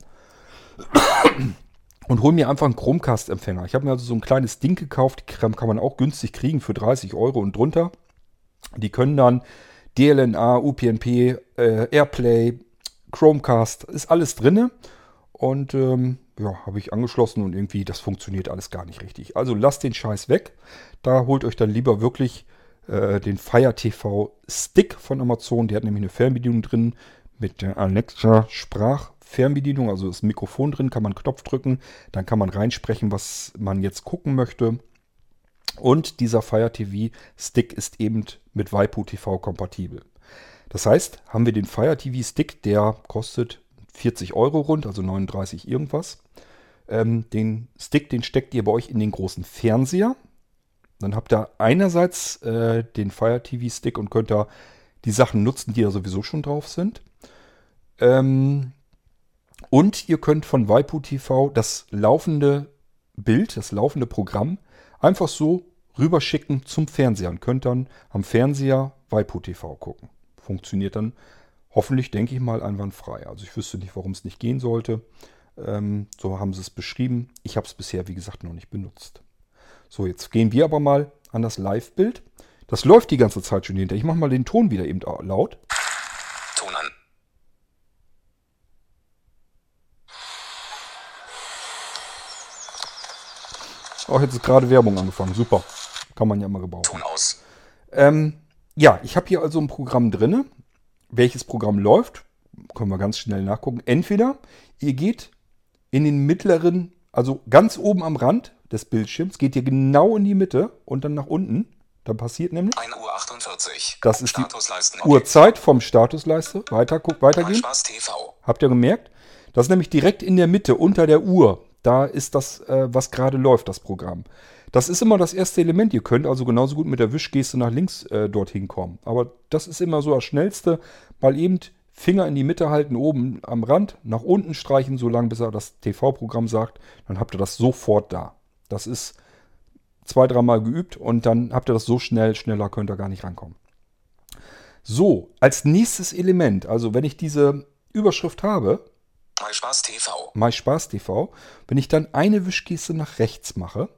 A: Und hol mir einfach einen Chromecast-Empfänger. Ich habe mir also so ein kleines Ding gekauft. Die kann man auch günstig kriegen für dreißig Euro und drunter. Die können dann D L N A, U P N P, äh, Airplay, Chromecast, ist alles drin. Und ähm, ja, habe ich angeschlossen und irgendwie, das funktioniert alles gar nicht richtig. Also lasst den Scheiß weg. Da holt euch dann lieber wirklich äh, den Fire T V Stick von Amazon. Der hat nämlich eine Fernbedienung drin mit der Alexa Sprach. Fernbedienung, also ist ein Mikrofon drin, kann man einen Knopf drücken, dann kann man reinsprechen, was man jetzt gucken möchte. Und dieser Fire T V Stick ist eben mit Waipu T V kompatibel. Das heißt, haben wir den Fire T V Stick, der kostet vierzig Euro rund, also neununddreißig irgendwas. Ähm, den Stick, den steckt ihr bei euch in den großen Fernseher. Dann habt ihr einerseits äh, den Fire T V Stick und könnt da die Sachen nutzen, die da sowieso schon drauf sind. Ähm, und ihr könnt von waipu.tv das laufende Bild, das laufende Programm einfach so rüberschicken zum Fernseher und könnt dann am Fernseher waipu.tv gucken. Funktioniert dann hoffentlich, denke ich mal, einwandfrei. Also ich wüsste nicht, warum es nicht gehen sollte. Ähm, so haben sie es beschrieben. Ich habe es bisher, wie gesagt, noch nicht benutzt. So, jetzt gehen wir aber mal an das Live-Bild. Das läuft die ganze Zeit schon hinter. Ich mache mal den Ton wieder eben laut.
B: Ton an.
A: Oh, jetzt ist gerade Werbung angefangen. Super. Kann man ja mal gebrauchen.
B: Ton aus.
A: Ähm, ja, ich habe hier also ein Programm drin. Welches Programm läuft? Können wir ganz schnell nachgucken. Entweder ihr geht in den mittleren, also ganz oben am Rand des Bildschirms, geht ihr genau in die Mitte und dann nach unten. Dann passiert nämlich,
B: ein Uhr achtundvierzig.
A: das ist die
B: Statusleisten-
A: Uhrzeit vom Statusleiste. Weiter, guck, weitergehen.
B: Spaß T V.
A: Habt ihr gemerkt? Das ist nämlich direkt in der Mitte, unter der Uhr. Da ist das, äh, was gerade läuft, das Programm. Das ist immer das erste Element. Ihr könnt also genauso gut mit der Wischgeste nach links äh, dorthin kommen. Aber das ist immer so das Schnellste. Mal eben Finger in die Mitte halten, oben am Rand, nach unten streichen, so lange bis er das T V-Programm sagt. Dann habt ihr das sofort da. Das ist zwei, dreimal geübt und dann habt ihr das so schnell, schneller könnt ihr gar nicht rankommen. So, als nächstes Element, also wenn ich diese Überschrift habe,
B: MySpaß T V.
A: MySpaß T V, wenn ich dann eine Wischgeste nach rechts mache,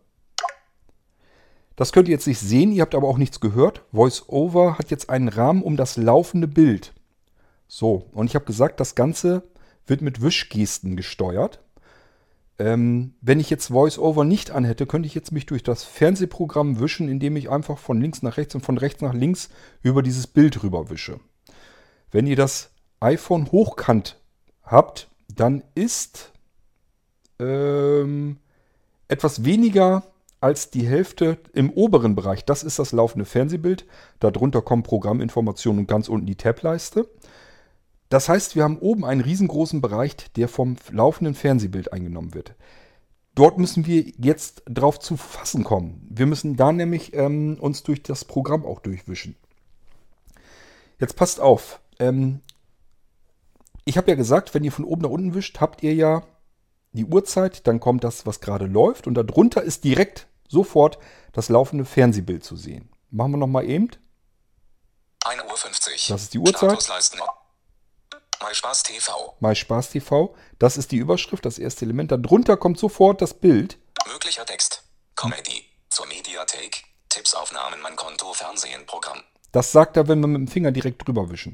A: das könnt ihr jetzt nicht sehen, ihr habt aber auch nichts gehört. VoiceOver hat jetzt einen Rahmen um das laufende Bild. So, und ich habe gesagt, das Ganze wird mit Wischgesten gesteuert. Ähm, wenn ich jetzt VoiceOver nicht anhätte, könnte ich jetzt mich durch das Fernsehprogramm wischen, indem ich einfach von links nach rechts und von rechts nach links über dieses Bild rüber wische. Wenn ihr das iPhone hochkant habt, dann ist ähm, etwas weniger als die Hälfte im oberen Bereich. Das ist das laufende Fernsehbild. Darunter kommen Programminformationen und ganz unten die Tableiste. Das heißt, wir haben oben einen riesengroßen Bereich, der vom laufenden Fernsehbild eingenommen wird. Dort müssen wir jetzt drauf zu fassen kommen. Wir müssen da nämlich ähm, uns durch das Programm auch durchwischen. Jetzt passt auf. Ähm, ich habe ja gesagt, wenn ihr von oben nach unten wischt, habt ihr ja die Uhrzeit, dann kommt das, was gerade läuft. Und darunter ist direkt sofort das laufende Fernsehbild zu sehen. Machen wir nochmal eben.
B: ein Uhr fünfzig.
A: Das ist die Uhrzeit.
B: Statusleisten- MySpaß T V.
A: MySpaß T V. Das ist die Überschrift, das erste Element. Darunter kommt sofort das Bild.
B: Möglicher Text. Comedy. Zur Mediathek. Tippsaufnahmen, mein Konto, Fernsehen, Programm.
A: Das sagt er, wenn wir mit dem Finger direkt drüber wischen.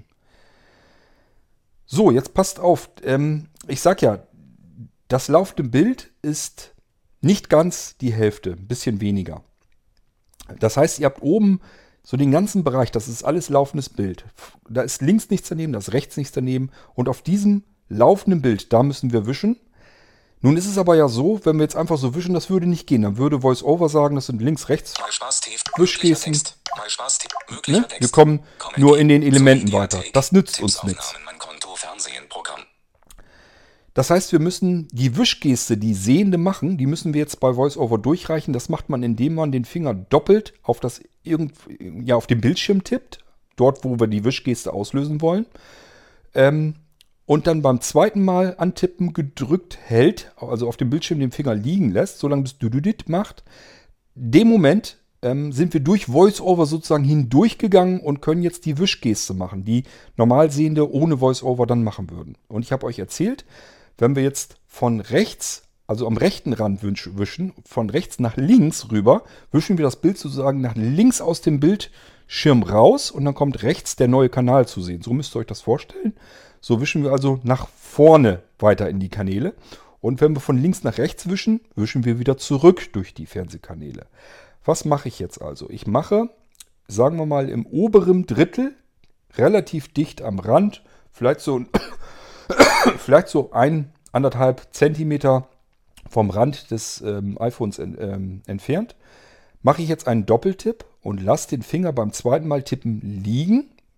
A: So, jetzt passt auf. Ähm, ich sag ja, das laufende Bild ist nicht ganz die Hälfte, ein bisschen weniger. Das heißt, ihr habt oben so den ganzen Bereich, das ist alles laufendes Bild. Da ist links nichts daneben, da ist rechts nichts daneben. Und auf diesem laufenden Bild, da müssen wir wischen. Nun ist es aber ja so, wenn wir jetzt einfach so wischen, das würde nicht gehen. Dann würde VoiceOver sagen, das sind links, rechts
B: MySpaß T V.
A: Wischgesten.
B: Text. MySpaß T V. Möglicher
A: Ne?
B: Text.
A: Wir kommen
B: Comedy.
A: nur in den Elementen
B: Zur
A: weiter.
B: Mediathek.
A: Das nützt uns nichts.
B: Tippsaufnahmen, mein Konto, Fernsehen, Programm.
A: Das heißt, wir müssen die Wischgeste, die Sehende machen, die müssen wir jetzt bei VoiceOver durchreichen. Das macht man, indem man den Finger doppelt auf das irgend, ja, auf den Bildschirm tippt, dort, wo wir die Wischgeste auslösen wollen. Ähm, und dann beim zweiten Mal antippen gedrückt hält, also auf dem Bildschirm den Finger liegen lässt, solange bis du dit macht. Dem Moment ähm, sind wir durch VoiceOver sozusagen hindurchgegangen und können jetzt die Wischgeste machen, die Normalsehende ohne VoiceOver dann machen würden. Und ich habe euch erzählt, wenn wir jetzt von rechts, also am rechten Rand wischen, von rechts nach links rüber, wischen wir das Bild sozusagen nach links aus dem Bildschirm raus und dann kommt rechts der neue Kanal zu sehen. So müsst ihr euch das vorstellen. So wischen wir also nach vorne weiter in die Kanäle. Und wenn wir von links nach rechts wischen, wischen wir wieder zurück durch die Fernsehkanäle. Was mache ich jetzt also? Ich mache, sagen wir mal, im oberen Drittel, relativ dicht am Rand, vielleicht so ein vielleicht so ein, anderthalb Zentimeter vom Rand des ähm, iPhones en, ähm, entfernt, mache ich jetzt einen Doppeltipp und lasse den Finger beim zweiten Mal tippen liegen.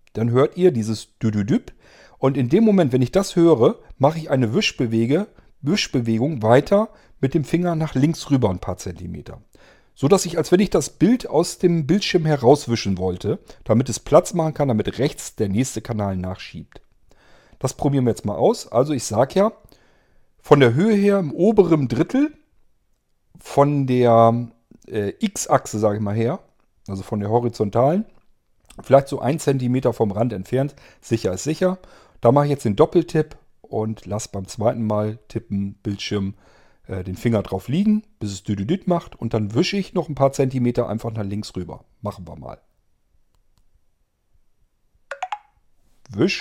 A: dann hört ihr dieses Düdüdüp. Und in dem Moment, wenn ich das höre, mache ich eine Wischbewege, Wischbewegung weiter mit dem Finger nach links rüber ein paar Zentimeter. So dass ich, als wenn ich das Bild aus dem Bildschirm herauswischen wollte, damit es Platz machen kann, damit rechts der nächste Kanal nachschiebt. Das probieren wir jetzt mal aus. Also ich sage ja, von der Höhe her im oberen Drittel, von der äh, X-Achse, sage ich mal her, also von der horizontalen, vielleicht so ein Zentimeter vom Rand entfernt, sicher ist sicher. Da mache ich jetzt den Doppeltipp und lasse beim zweiten Mal tippen Bildschirm äh, den Finger drauf liegen, bis es düdüdüt macht. Und dann wische ich noch ein paar Zentimeter einfach nach links rüber. Machen wir mal. Wisch.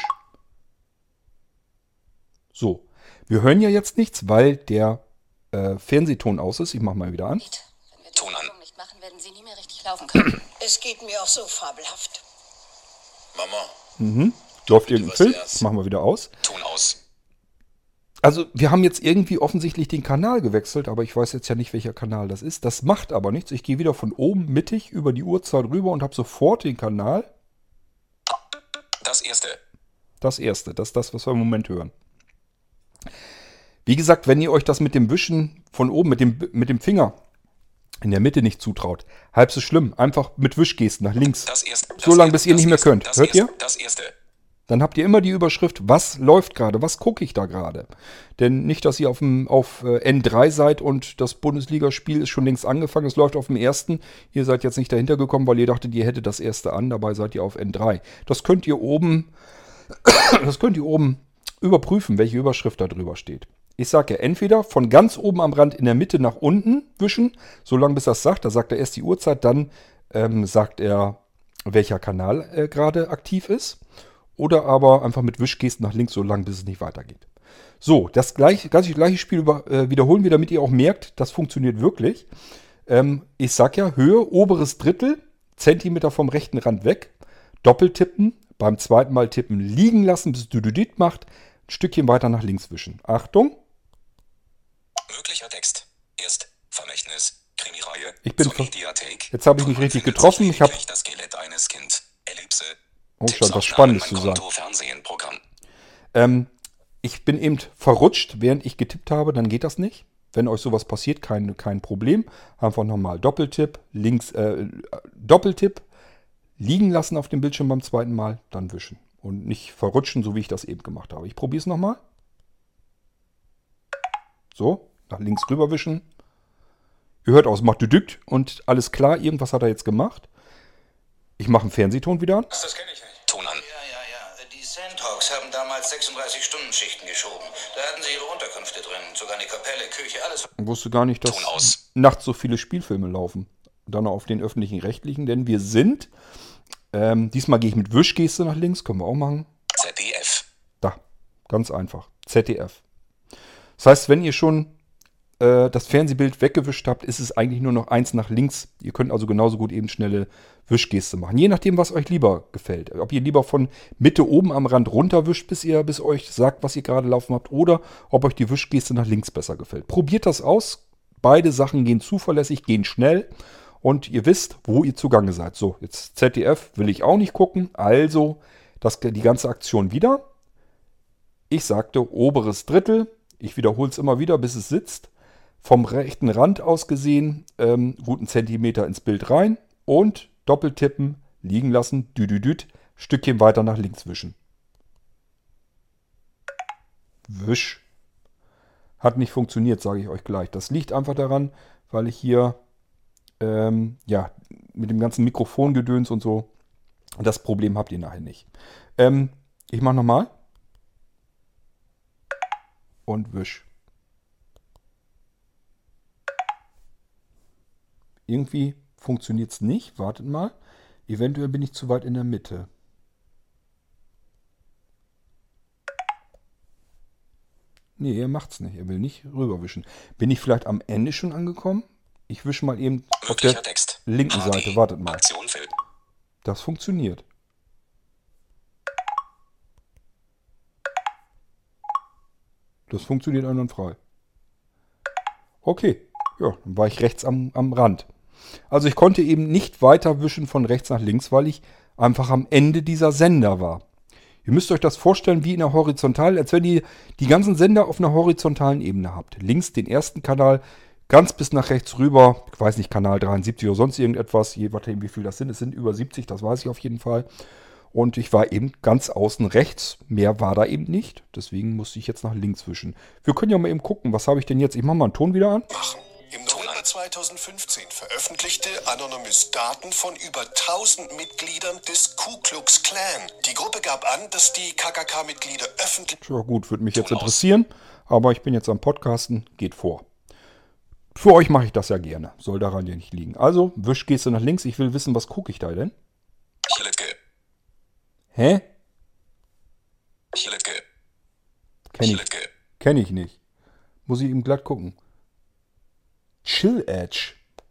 A: So, wir hören ja jetzt nichts, weil der äh, Fernsehton aus ist. Ich mache mal wieder an.
C: Wenn wir die
B: Ton an.
C: Übung nicht machen, werden Sie nie mehr richtig laufen können.
D: Es geht mir auch so fabelhaft.
B: Mama,
A: Mhm. Läuft irgendein
B: was
A: Film.
B: erst.
A: Das machen wir wieder aus.
B: Ton aus.
A: Also wir haben jetzt irgendwie offensichtlich den Kanal gewechselt, aber ich weiß jetzt ja nicht, welcher Kanal das ist. Das macht aber nichts. Ich gehe wieder von oben mittig über die Uhrzeit rüber und habe sofort den Kanal.
B: Das erste.
A: Das erste, das ist das, was wir im Moment hören. Wie gesagt, wenn ihr euch das mit dem Wischen von oben, mit dem, mit dem Finger in der Mitte nicht zutraut, halb so schlimm. Einfach mit Wischgesten nach links.
B: Das erste.
A: So lange, bis ihr nicht mehr könnt.
B: Das
A: Hört
B: erste,
A: ihr?
B: Das erste.
A: Dann habt ihr immer die Überschrift, was läuft gerade, was gucke ich da gerade. Denn nicht, dass ihr auf, dem, auf äh, N drei seid und das Bundesligaspiel ist schon längst angefangen, es läuft auf dem ersten. Ihr seid jetzt nicht dahinter gekommen, weil ihr dachtet, ihr hättet das erste an, dabei seid ihr auf N drei. Das könnt ihr oben, das könnt ihr oben überprüfen, welche Überschrift da drüber steht. Ich sage ja, entweder von ganz oben am Rand in der Mitte nach unten wischen, solange bis das sagt, da sagt er erst die Uhrzeit, dann ähm, sagt er, welcher Kanal äh, gerade aktiv ist. Oder aber einfach mit Wischgesten nach links so lang, bis es nicht weitergeht. So, das gleiche, das gleiche Spiel über, äh, wiederholen wir, damit ihr auch merkt, das funktioniert wirklich. Ähm, ich sag ja, Höhe, oberes Drittel, Zentimeter vom rechten Rand weg. Doppeltippen, beim zweiten Mal tippen liegen lassen, bis es düdüdüt macht. Ein Stückchen weiter nach links wischen. Achtung.
B: Möglicher Text. Erst Vermächtnis. Krimireihe.
A: Ich bin
B: zur
A: ver-
B: Mediathek.
A: Jetzt habe ich mich
B: Dort
A: richtig
B: findet
A: getroffen.
B: sich
A: Ich habe
B: lediglich das Skelett eines Kind. Ellipse.
A: Oh,
B: Tipps
A: scheint was
B: auf
A: Spannendes
B: Namen,
A: zu
B: mein
A: sein.
B: Konto, Fernsehen, Programm.
A: Ähm, ich bin eben verrutscht, während ich getippt habe, dann geht das nicht. Wenn euch sowas passiert, kein, kein Problem. Einfach nochmal Doppeltipp, links, äh, Doppeltipp, liegen lassen auf dem Bildschirm beim zweiten Mal, dann wischen. Und nicht verrutschen, so wie ich das eben gemacht habe. Ich probiere es nochmal. So, nach links rüber wischen. Ihr hört aus, macht düdükt und alles klar, irgendwas hat er jetzt gemacht. Ich mache einen Fernsehton wieder an.
E: Das kenne ich nicht.
B: Ton an.
E: Ja, ja, ja. Die Sandhawks haben damals sechsunddreißig-Stunden-Schichten geschoben. Da hatten sie ihre Unterkünfte drin. Sogar eine Kapelle, Küche, alles.
A: Ich wusste gar nicht, dass
B: Ton aus.
A: nachts so viele Spielfilme laufen. Dann auf den öffentlichen Rechtlichen, denn wir sind, ähm, diesmal gehe ich mit Wischgeste nach links, können wir auch machen.
B: Z D F.
A: Da, ganz einfach. Z D F. Das heißt, wenn ihr schon äh, das Fernsehbild weggewischt habt, ist es eigentlich nur noch eins nach links. Ihr könnt also genauso gut eben schnelle Wischgeste machen. Je nachdem, was euch lieber gefällt. Ob ihr lieber von Mitte oben am Rand runterwischt, bis ihr bis euch sagt, was ihr gerade laufen habt, oder ob euch die Wischgeste nach links besser gefällt. Probiert das aus. Beide Sachen gehen zuverlässig, gehen schnell. Und ihr wisst, wo ihr zugange seid. So, jetzt Z D F will ich auch nicht gucken. Also das, die ganze Aktion wieder. Ich sagte oberes Drittel. Ich wiederhole es immer wieder, bis es sitzt. Vom rechten Rand aus gesehen, ähm, guten Zentimeter ins Bild rein. Und doppeltippen, liegen lassen, düdüdüt, Stückchen weiter nach links wischen. Wisch. Hat nicht funktioniert, sage ich euch gleich. Das liegt einfach daran, weil ich hier ähm, ja, mit dem ganzen Mikrofongedöns und so, das Problem habt ihr nachher nicht. Ähm, ich mache nochmal. Und wisch. Irgendwie funktioniert es nicht. Wartet mal. Eventuell bin ich zu weit in der Mitte. Nee, er macht's nicht. Er will nicht rüberwischen. Bin ich vielleicht am Ende schon angekommen? Ich wische mal eben auf der
B: Möglicher Text.
A: linken
B: H D.
A: Seite. Wartet mal.
B: Aktion Film.
A: Das funktioniert. Das funktioniert einwandfrei. Okay. Ja, dann war ich rechts am, am Rand. Also ich konnte eben nicht weiter wischen von rechts nach links, weil ich einfach am Ende dieser Sender war. Ihr müsst euch das vorstellen wie in der Horizontalen, als wenn ihr die ganzen Sender auf einer horizontalen Ebene habt. Links den ersten Kanal, ganz bis nach rechts rüber, ich weiß nicht, Kanal dreiundsiebzig oder sonst irgendetwas, je nachdem wie viel das sind, es sind über siebzig, das weiß ich auf jeden Fall. Und ich war eben ganz außen rechts, mehr war da eben nicht, deswegen musste ich jetzt nach links wischen. Wir können ja mal eben gucken, was habe ich denn jetzt, ich mache mal einen Ton wieder an.
F: Machen. Im November zweitausendfünfzehn veröffentlichte Anonymous Daten von über tausend Mitgliedern des Ku Klux Klan. Die Gruppe gab an, dass die K K K-Mitglieder öffentlich...
A: Ja gut, würde mich jetzt interessieren, aber ich bin jetzt am Podcasten, geht vor. Für euch mache ich das ja gerne, soll daran ja nicht liegen. Also, wisch, gehst du nach links, ich will wissen, was gucke ich da denn?
B: Chilitke.
A: Hä?
B: Chilitke.
A: Kenn ich,
B: Chilitke.
A: kenn ich nicht. Muss ich eben glatt gucken. Chill Edge.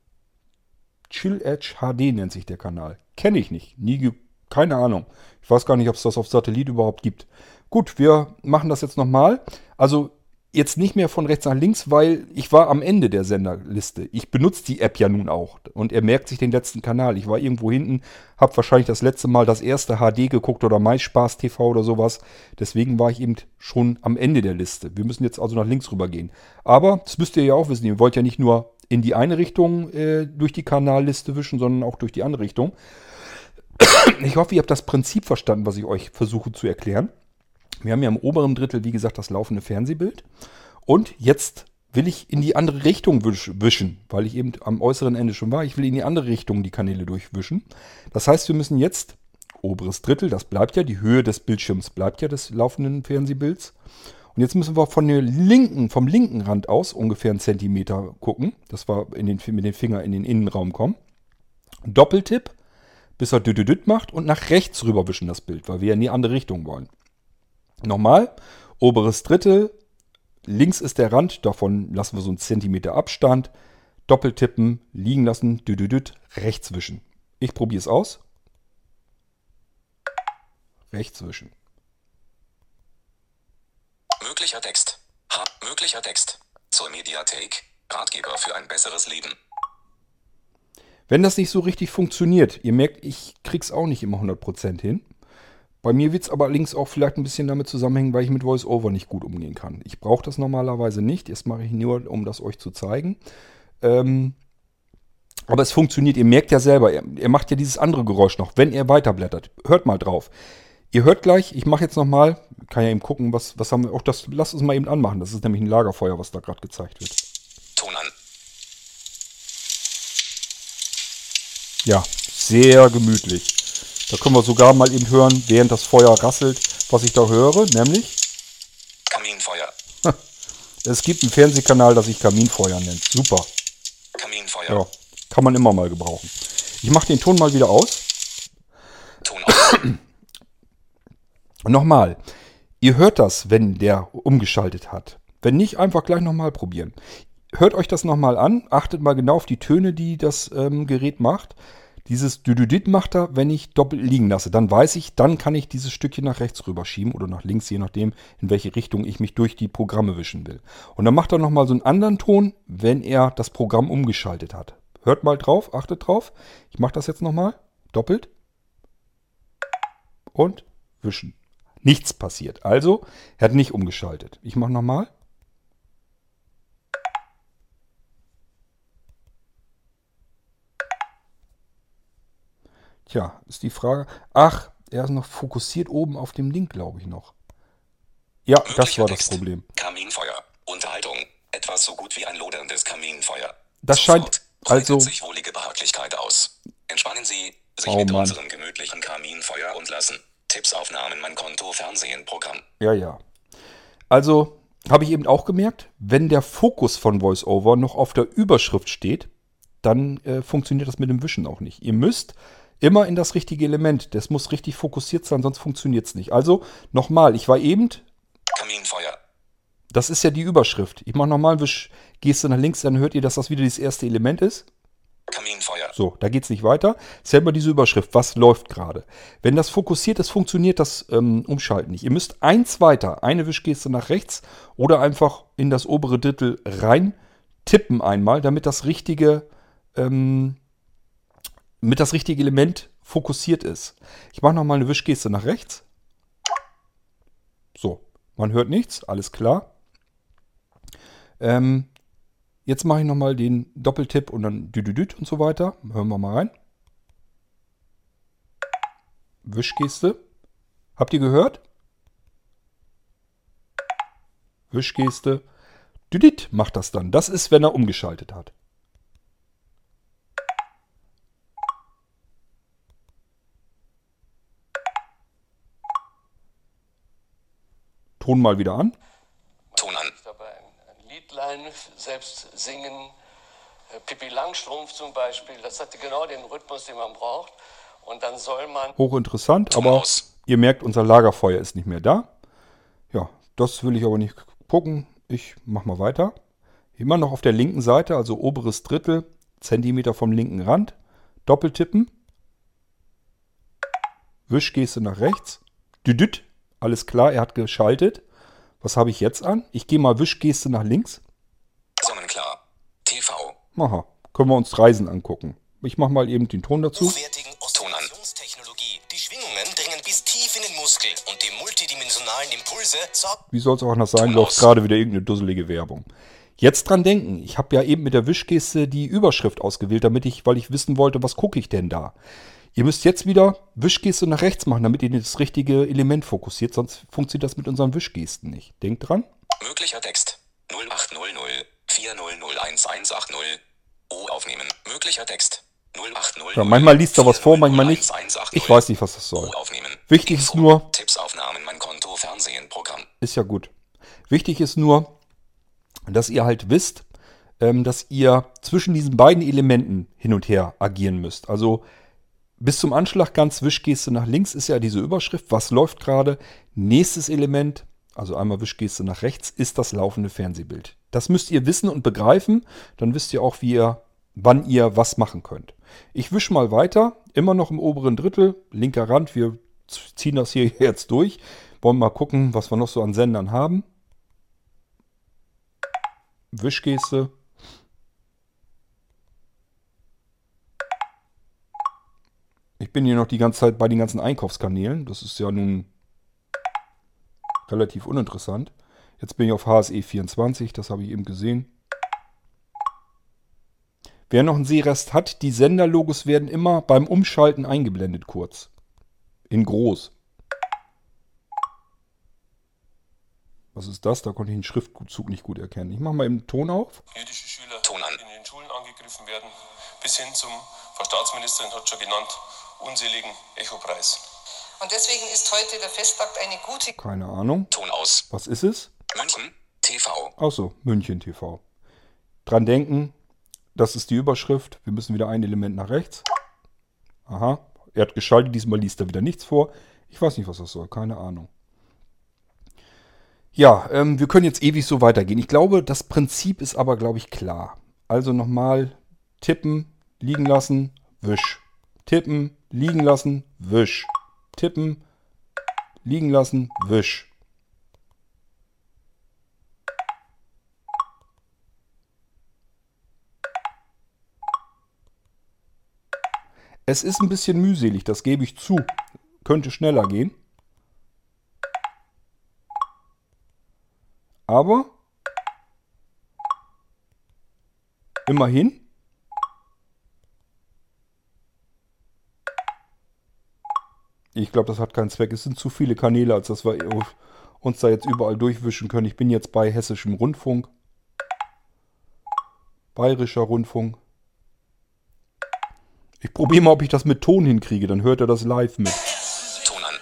A: Chill Edge H D nennt sich der Kanal. Kenne ich nicht. Nie ge keine Ahnung. Ich weiß gar nicht, ob es das auf Satellit überhaupt gibt. Gut, wir machen das jetzt nochmal. Also jetzt nicht mehr von rechts nach links, weil ich war am Ende der Senderliste. Ich benutze die App ja nun auch. Und er merkt sich den letzten Kanal. Ich war irgendwo hinten, habe wahrscheinlich das letzte Mal das erste H D geguckt oder MySpaß T V oder sowas. Deswegen war ich eben schon am Ende der Liste. Wir müssen jetzt also nach links rüber gehen. Aber, das müsst ihr ja auch wissen, ihr wollt ja nicht nur in die eine Richtung äh, durch die Kanalliste wischen, sondern auch durch die andere Richtung. Ich hoffe, ihr habt das Prinzip verstanden, was ich euch versuche zu erklären. Wir haben ja im oberen Drittel, wie gesagt, das laufende Fernsehbild. Und jetzt will ich in die andere Richtung wisch, wischen, weil ich eben am äußeren Ende schon war. Ich will in die andere Richtung die Kanäle durchwischen. Das heißt, wir müssen jetzt, oberes Drittel, das bleibt ja, die Höhe des Bildschirms bleibt ja des laufenden Fernsehbilds. Und jetzt müssen wir von der linken, vom linken Rand aus ungefähr einen Zentimeter gucken, dass wir in den, mit dem Finger in den Innenraum kommen. Doppeltipp, bis er düdüdüt macht und nach rechts rüber wischen das Bild, weil wir ja in die andere Richtung wollen. Nochmal, oberes Drittel, links ist der Rand, davon lassen wir so einen Zentimeter Abstand. Doppeltippen, liegen lassen, düdüdüt, rechts wischen. Ich probiere es aus. Rechts wischen.
B: Möglicher Text. Ha, möglicher Text. Zur Mediathek. Ratgeber für ein besseres Leben.
A: Wenn das nicht so richtig funktioniert, ihr merkt, ich krieg's auch nicht immer hundert Prozent hin. Bei mir wird es aber allerdings auch vielleicht ein bisschen damit zusammenhängen, weil ich mit VoiceOver nicht gut umgehen kann. Ich brauche das normalerweise nicht. Das mache ich nur, um das euch zu zeigen. Ähm, aber es funktioniert. Ihr merkt ja selber, er, er macht ja dieses andere Geräusch noch, wenn er weiterblättert. Hört mal drauf. Ihr hört gleich, ich mache jetzt nochmal, kann ja eben gucken, was, was haben wir. Auch das, lasst uns mal eben anmachen. Das ist nämlich ein Lagerfeuer, was da gerade gezeigt wird.
B: Ton an.
A: Ja, sehr gemütlich. Da können wir sogar mal eben hören, während das Feuer rasselt, was ich da höre, nämlich...
B: Kaminfeuer.
A: Es gibt einen Fernsehkanal, das sich Kaminfeuer nennt. Super.
B: Kaminfeuer.
A: Ja, kann man immer mal gebrauchen. Ich mache den Ton mal wieder aus.
B: Ton aus.
A: Nochmal. Ihr hört das, wenn der umgeschaltet hat. Wenn nicht, einfach gleich nochmal probieren. Hört euch das nochmal an. Achtet mal genau auf die Töne, die das ähm, Gerät macht. Dieses Düdüdit macht er, wenn ich doppelt liegen lasse. Dann weiß ich, dann kann ich dieses Stückchen nach rechts rüberschieben oder nach links, je nachdem, in welche Richtung ich mich durch die Programme wischen will. Und dann macht er nochmal so einen anderen Ton, wenn er das Programm umgeschaltet hat. Hört mal drauf, achtet drauf. Ich mache das jetzt nochmal. Doppelt. Und wischen. Nichts passiert. Also, er hat nicht umgeschaltet. Ich mache nochmal. Tja, ist die Frage. Ach, er ist noch fokussiert oben auf dem Link, glaube ich noch. Ja, das
B: Möglicher
A: war das
B: Text.
A: Problem.
B: Kaminfeuer. Unterhaltung. Etwas so gut wie ein loderndes Kaminfeuer.
A: Das
B: Sofort
A: scheint also...
B: breitet sich wohlige Behaglichkeit aus. Entspannen Sie sich
A: Oh
B: mit
A: Mann.
B: unserem gemütlichen Kaminfeuer und lassen. Tipps, Aufnahmen, mein Konto, Fernsehen, Programm.
A: Ja, ja. Also, habe ich eben auch gemerkt, wenn der Fokus von VoiceOver noch auf der Überschrift steht, dann äh, funktioniert das mit dem Wischen auch nicht. Ihr müsst immer in das richtige Element. Das muss richtig fokussiert sein, sonst funktioniert es nicht. Also, nochmal, ich war eben...
B: Kaminfeuer.
A: Das ist ja die Überschrift. Ich mache nochmal, wisch, gehst du nach links, dann hört ihr, dass das wieder das erste Element ist.
B: Kaminfeuer.
A: So, da geht es nicht weiter. Es ist ja immer diese Überschrift, was läuft gerade. Wenn das fokussiert ist, funktioniert das ähm, Umschalten nicht. Ihr müsst eins weiter, eine Wischgeste nach rechts oder einfach in das obere Drittel rein tippen einmal, damit das richtige, ähm, damit das richtige Element fokussiert ist. Ich mache nochmal eine Wischgeste nach rechts. So, man hört nichts, alles klar. Ähm, jetzt mache ich nochmal den Doppeltipp und dann düdüdüt und so weiter. Hören wir mal rein. Wischgeste. Habt ihr gehört? Wischgeste. Düdit macht das dann. Das ist, wenn er umgeschaltet hat. Ton mal wieder an.
B: Ton an.
G: Dabei ein Liedlein selbst singen. Pippi Langstrumpf zum Beispiel. Das hatte genau den Rhythmus, den man braucht. Und dann soll man...
A: Hochinteressant,
B: Ton
A: aber
B: aus.
A: ihr merkt, unser Lagerfeuer ist nicht mehr da. Ja, das will ich aber nicht gucken. Ich mache mal weiter. Immer noch auf der linken Seite, also oberes Drittel, Zentimeter vom linken Rand. Doppeltippen. Wischgeste nach rechts. Düdüt. Alles klar, er hat geschaltet. Was habe ich jetzt an? Ich gehe mal Wischgeste nach links.
B: Sonnenklar. T V.
A: Aha, können wir uns Reisen angucken. Ich mache mal eben den Ton dazu.
H: Hochwertigen Oszillationsteknologie. Die Schwingungen dringen bis tief in den Muskel und die multidimensionalen Impulse sorgen...
A: Wie soll es auch anders sein,
B: Ton
A: läuft
B: aus.
A: gerade wieder irgendeine dusselige Werbung. Jetzt dran denken, ich habe ja eben mit der Wischgeste die Überschrift ausgewählt, damit ich, weil ich wissen wollte, was gucke ich denn da. Ihr müsst jetzt wieder Wischgeste nach rechts machen, damit ihr das richtige Element fokussiert, sonst funktioniert das mit unseren Wischgesten nicht. Denkt dran.
B: Möglicher Text. null acht null null vier null null eins eins acht null. O aufnehmen. Möglicher Text. null acht null null
A: Ja, manchmal liest er was vor, manchmal nicht.
B: vier null null eins eins acht
A: Ich
B: null.
A: weiß nicht, was das soll.
B: O aufnehmen.
A: Wichtig ist
B: Info.
A: nur,
B: Tipps Aufnahmen, mein Konto, Fernsehen, Programm.
A: ist ja gut. Wichtig ist nur, dass ihr halt wisst, ähm, dass ihr zwischen diesen beiden Elementen hin und her agieren müsst. Also bis zum Anschlag ganz Wischgeste nach links ist ja diese Überschrift. Was läuft gerade? Nächstes Element, also einmal Wischgeste nach rechts, ist das laufende Fernsehbild. Das müsst ihr wissen und begreifen. Dann wisst ihr auch, wie ihr, wann ihr was machen könnt. Ich wische mal weiter. Immer noch im oberen Drittel, linker Rand. Wir ziehen das hier jetzt durch. Wollen mal gucken, was wir noch so an Sendern haben. Wischgeste. Ich bin hier noch die ganze Zeit bei den ganzen Einkaufskanälen. Das ist ja nun relativ uninteressant. Jetzt bin ich auf H S E vierundzwanzig, das habe ich eben gesehen. Wer noch einen Sehrest hat, die Senderlogos werden immer beim Umschalten eingeblendet kurz. In groß. Was ist das? Da konnte ich den Schriftzug nicht gut erkennen. Ich mache mal eben den Ton auf.
G: Jüdische Schüler
B: Ton an.
G: in den Schulen angegriffen werden, bis hin zum, Frau Staatsministerin hat schon genannt, unseligen Echo-Preis.
D: Und deswegen ist heute der Festakt eine gute...
A: Keine Ahnung.
B: Ton aus.
A: Was ist es?
B: München. T V.
A: Achso, München T V. Dran denken, das ist die Überschrift. Wir müssen wieder ein Element nach rechts. Aha, er hat geschaltet, diesmal liest er wieder nichts vor. Ich weiß nicht, was das soll, keine Ahnung. Ja, ähm, wir können jetzt ewig so weitergehen. Ich glaube, das Prinzip ist aber, glaube ich, klar. Also nochmal tippen, liegen lassen, wisch. Tippen, liegen lassen, wisch. Tippen, liegen lassen, wisch. Es ist ein bisschen mühselig, das gebe ich zu. Könnte schneller gehen. Aber immerhin. Ich glaube, das hat keinen Zweck. Es sind zu viele Kanäle, als dass wir uns da jetzt überall durchwischen können. Ich bin jetzt bei Hessischem Rundfunk. Bayerischer Rundfunk. Ich probiere mal, ob ich das mit Ton hinkriege. Dann hört er das live mit.
B: Ton an.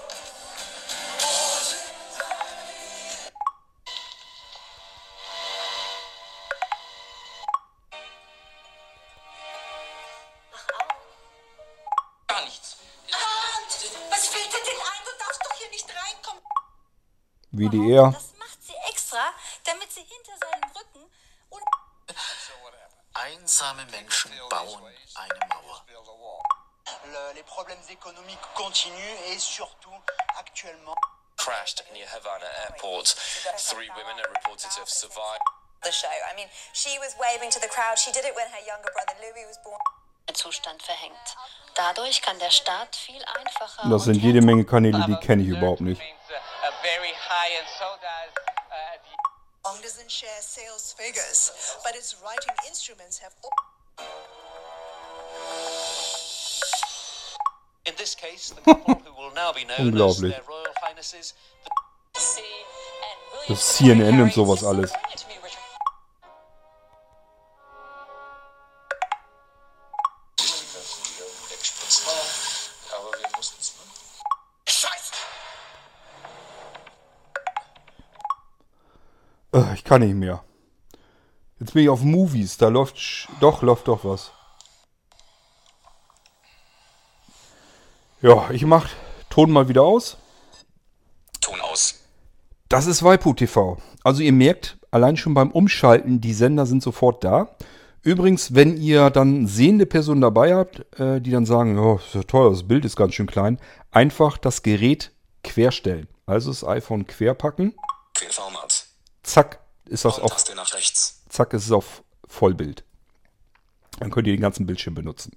H: Gar nichts.
D: Was fällt dir denn ein? Du darfst doch hier nicht reinkommen.
A: W D R.
C: Das macht sie extra, damit sie hinter seinem Rücken und
H: Einsame Menschen bauen eine Mauer.
I: Le- les problèmes économiques continuent et surtout actuellement.
J: Crashed near Havana airport. Three women are reported to have survived.
C: the show. I mean, she was waving to the crowd. She did it when her younger brother Louis was born. Zustand verhängt. Dadurch kann der Start viel einfacher.
A: Das sind jede Menge Kanäle, die kenne ich überhaupt nicht.
D: Long doesn't share sales figures, but its writing instruments have.
K: In this case, the couple who will now be known as
A: Unglaublich.
K: their Royal Highnesses.
A: Das ist C N N und sowas alles. Äh, Ich kann nicht mehr. Jetzt bin ich auf Movies. Da läuft... sch- Doch, läuft doch was. Ja, ich mach Ton mal wieder aus.
B: Ton aus.
A: Das ist Waipu T V. Also ihr merkt, allein schon beim Umschalten, die Sender sind sofort da. Übrigens, wenn ihr dann sehende Personen dabei habt, äh, die dann sagen, oh, ist ja toll, das Bild ist ganz schön klein, einfach das Gerät querstellen. Also das iPhone querpacken.
B: Querformat.
A: Zack, ist das auf,
B: Taste nach rechts.
A: zack, ist es auf Vollbild. Dann könnt ihr den ganzen Bildschirm benutzen.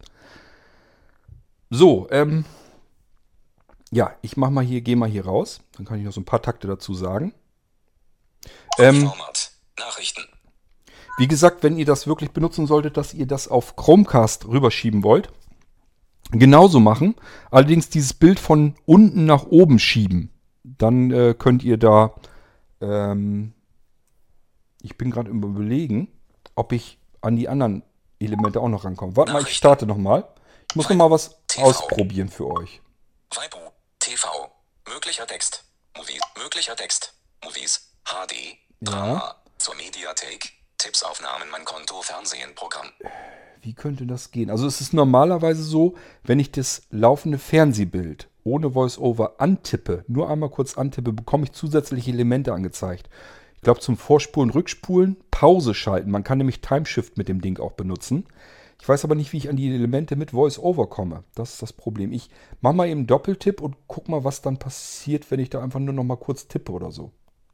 A: So, ähm, ja, ich mach mal hier, gehe mal hier raus. Dann kann ich noch so ein paar Takte dazu sagen. Ähm,
B: Format. Nachrichten.
A: Wie gesagt, wenn ihr das wirklich benutzen solltet, dass ihr das auf Chromecast rüberschieben wollt, genauso machen. Allerdings dieses Bild von unten nach oben schieben. Dann äh, könnt ihr da, ähm, ich bin gerade im Überlegen, ob ich an die anderen Elemente auch noch rankomme. Warte mal, ich starte nochmal. Ich muss nochmal was ausprobieren für euch.
B: Waipu T V. Möglicher Text. Movies. Möglicher Text. Movies. H D. Drama. Zur Mediathek. Tippsaufnahmen, mein Konto, Fernsehen, Programm.
A: Wie könnte das gehen? Also es ist normalerweise so, wenn ich das laufende Fernsehbild ohne Voice-Over antippe, nur einmal kurz antippe, bekomme ich zusätzliche Elemente angezeigt. Ich glaube zum Vorspulen, Rückspulen, Pause schalten. Man kann nämlich Timeshift mit dem Ding auch benutzen. Ich weiß aber nicht, wie ich an die Elemente mit Voice-Over komme. Das ist das Problem. Ich mache mal eben einen Doppeltipp und guck mal, was dann passiert, wenn ich da einfach nur noch mal kurz tippe oder so.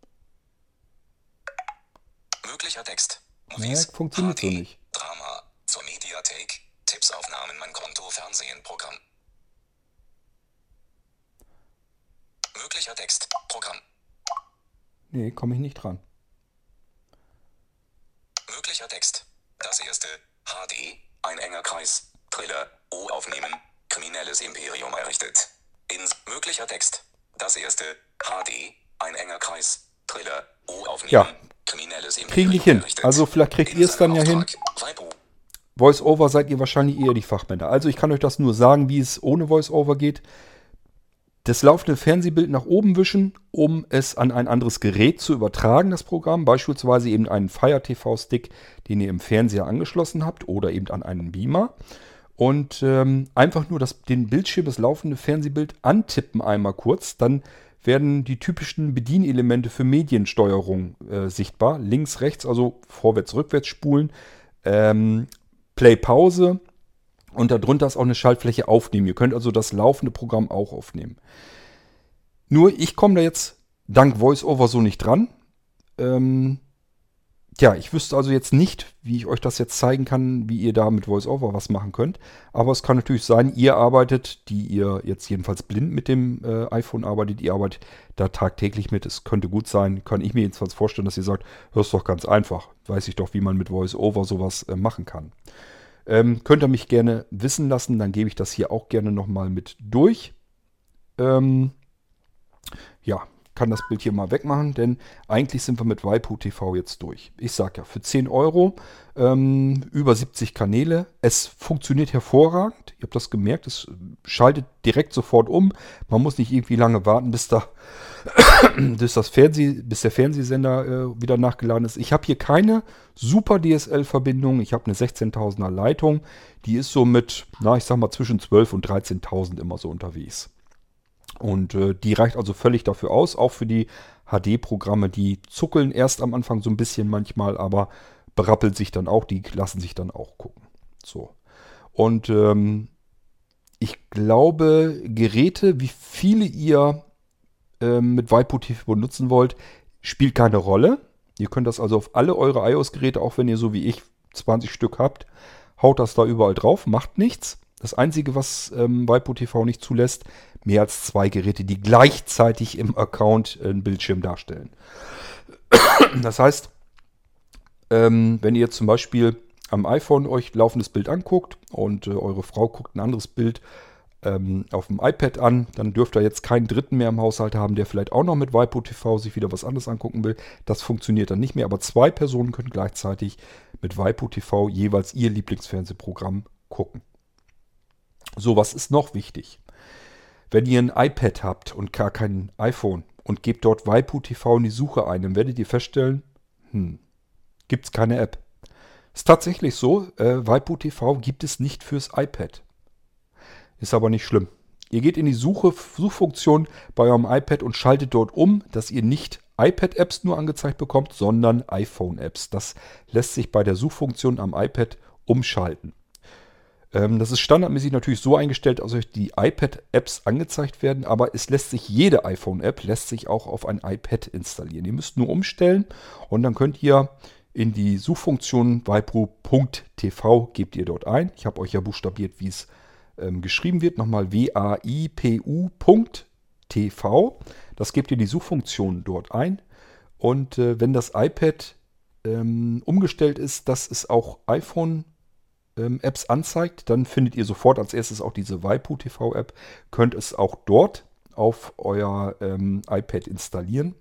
B: Möglicher Text.
A: Naja, funktioniert so nicht.
B: Drama. Zur Mediathek. Tippsaufnahmen, mein Konto, Fernsehen, Programm. Möglicher Text. Programm.
A: Nee, komme ich nicht dran.
B: Möglicher Text. Das erste. H D. Ein enger Kreis. Thriller. O aufnehmen. Kriminelles Imperium errichtet. Ins. Möglicher Text. Das erste. H D. Ein enger Kreis. Thriller. O aufnehmen.
A: Ja.
B: Kriminelles Imperium
A: Kriegen nicht hin.
B: errichtet.
A: Also vielleicht kriegt ihr es dann ja hin.
B: Waipu.
A: Voice-Over seid ihr wahrscheinlich eher die Fachmänner. Also ich kann euch das nur sagen, wie es ohne Voice-Over geht. Das laufende Fernsehbild nach oben wischen, um es an ein anderes Gerät zu übertragen, das Programm. Beispielsweise eben einen Fire T V-Stick, den ihr im Fernseher angeschlossen habt oder eben an einen Beamer. Und ähm, einfach nur das, den Bildschirm, das laufende Fernsehbild antippen einmal kurz. Dann werden die typischen Bedienelemente für Mediensteuerung äh, sichtbar. Links, rechts, also vorwärts, rückwärts spulen. Ähm, Play, Pause. Und darunter ist auch eine Schaltfläche aufnehmen. Ihr könnt also das laufende Programm auch aufnehmen. Nur ich komme da jetzt dank VoiceOver so nicht dran. Ähm, ja, ich wüsste also jetzt nicht, wie ich euch das jetzt zeigen kann, wie ihr da mit VoiceOver was machen könnt. Aber es kann natürlich sein, ihr arbeitet, die ihr jetzt jedenfalls blind mit dem äh, iPhone arbeitet, ihr arbeitet da tagtäglich mit. Es könnte gut sein, kann ich mir jedenfalls vorstellen, dass ihr sagt, das ist doch ganz einfach. Weiß ich doch, wie man mit VoiceOver sowas äh, machen kann. Ähm, könnt ihr mich gerne wissen lassen, dann gebe ich das hier auch gerne nochmal mit durch. Ähm, ja, kann das Bild hier mal wegmachen, denn eigentlich sind wir mit Waipu T V jetzt durch. Ich sage ja, für zehn Euro ähm, über siebzig Kanäle. Es funktioniert hervorragend. Ihr habt das gemerkt, es schaltet direkt sofort um. Man muss nicht irgendwie lange warten, bis da bis, das Fernseh, bis der Fernsehsender äh, wieder nachgeladen ist. Ich habe hier keine super D S L-Verbindung. Ich habe eine sechzehntausender Leitung. Die ist so mit, na, ich sag mal, zwischen zwölf und dreizehntausend immer so unterwegs. Und äh, die reicht also völlig dafür aus, auch für die H D-Programme. Die zuckeln erst am Anfang so ein bisschen manchmal, aber berappelt sich dann auch. Die lassen sich dann auch gucken. So. Und ähm, ich glaube, Geräte, wie viele ihr mit Waipu T V benutzen wollt, spielt keine Rolle. Ihr könnt das also auf alle eure iOS-Geräte, auch wenn ihr so wie ich zwanzig Stück habt, haut das da überall drauf, macht nichts. Das Einzige, was ähm, waipu.tv nicht zulässt, mehr als zwei Geräte, die gleichzeitig im Account einen Bildschirm darstellen. Das heißt, ähm, wenn ihr jetzt zum Beispiel am iPhone euch laufendes Bild anguckt und äh, eure Frau guckt ein anderes Bild ähm, auf dem iPad an, dann dürft ihr jetzt keinen Dritten mehr im Haushalt haben, der vielleicht auch noch mit waipu.tv sich wieder was anderes angucken will. Das funktioniert dann nicht mehr, aber zwei Personen können gleichzeitig mit waipu.tv jeweils ihr Lieblingsfernsehprogramm gucken. So, was ist noch wichtig? Wenn ihr ein iPad habt und gar kein iPhone und gebt dort waipu.tv in die Suche ein, dann werdet ihr feststellen, hm, gibt es keine App. Ist tatsächlich so, äh, waipu.tv gibt es nicht fürs iPad. Ist aber nicht schlimm. Ihr geht in die Suche, Suchfunktion bei eurem iPad und schaltet dort um, dass ihr nicht iPad-Apps nur angezeigt bekommt, sondern iPhone-Apps. Das lässt sich bei der Suchfunktion am iPad umschalten. Ähm, das ist standardmäßig natürlich so eingestellt, dass euch die iPad-Apps angezeigt werden, aber es lässt sich, jede iPhone-App lässt sich auch auf ein iPad installieren. Ihr müsst nur umstellen und dann könnt ihr in die Suchfunktion waipu.tv, gebt ihr dort ein. Ich habe euch ja buchstabiert, wie es ähm, geschrieben wird. Nochmal W A I P U Punkt T V. Das gebt ihr in die Suchfunktion dort ein. Und äh, wenn das iPad ähm, umgestellt ist, dass es auch iPhone-Apps ähm, anzeigt, dann findet ihr sofort als erstes auch diese waipu.tv-App. Könnt es auch dort auf euer ähm, iPad installieren.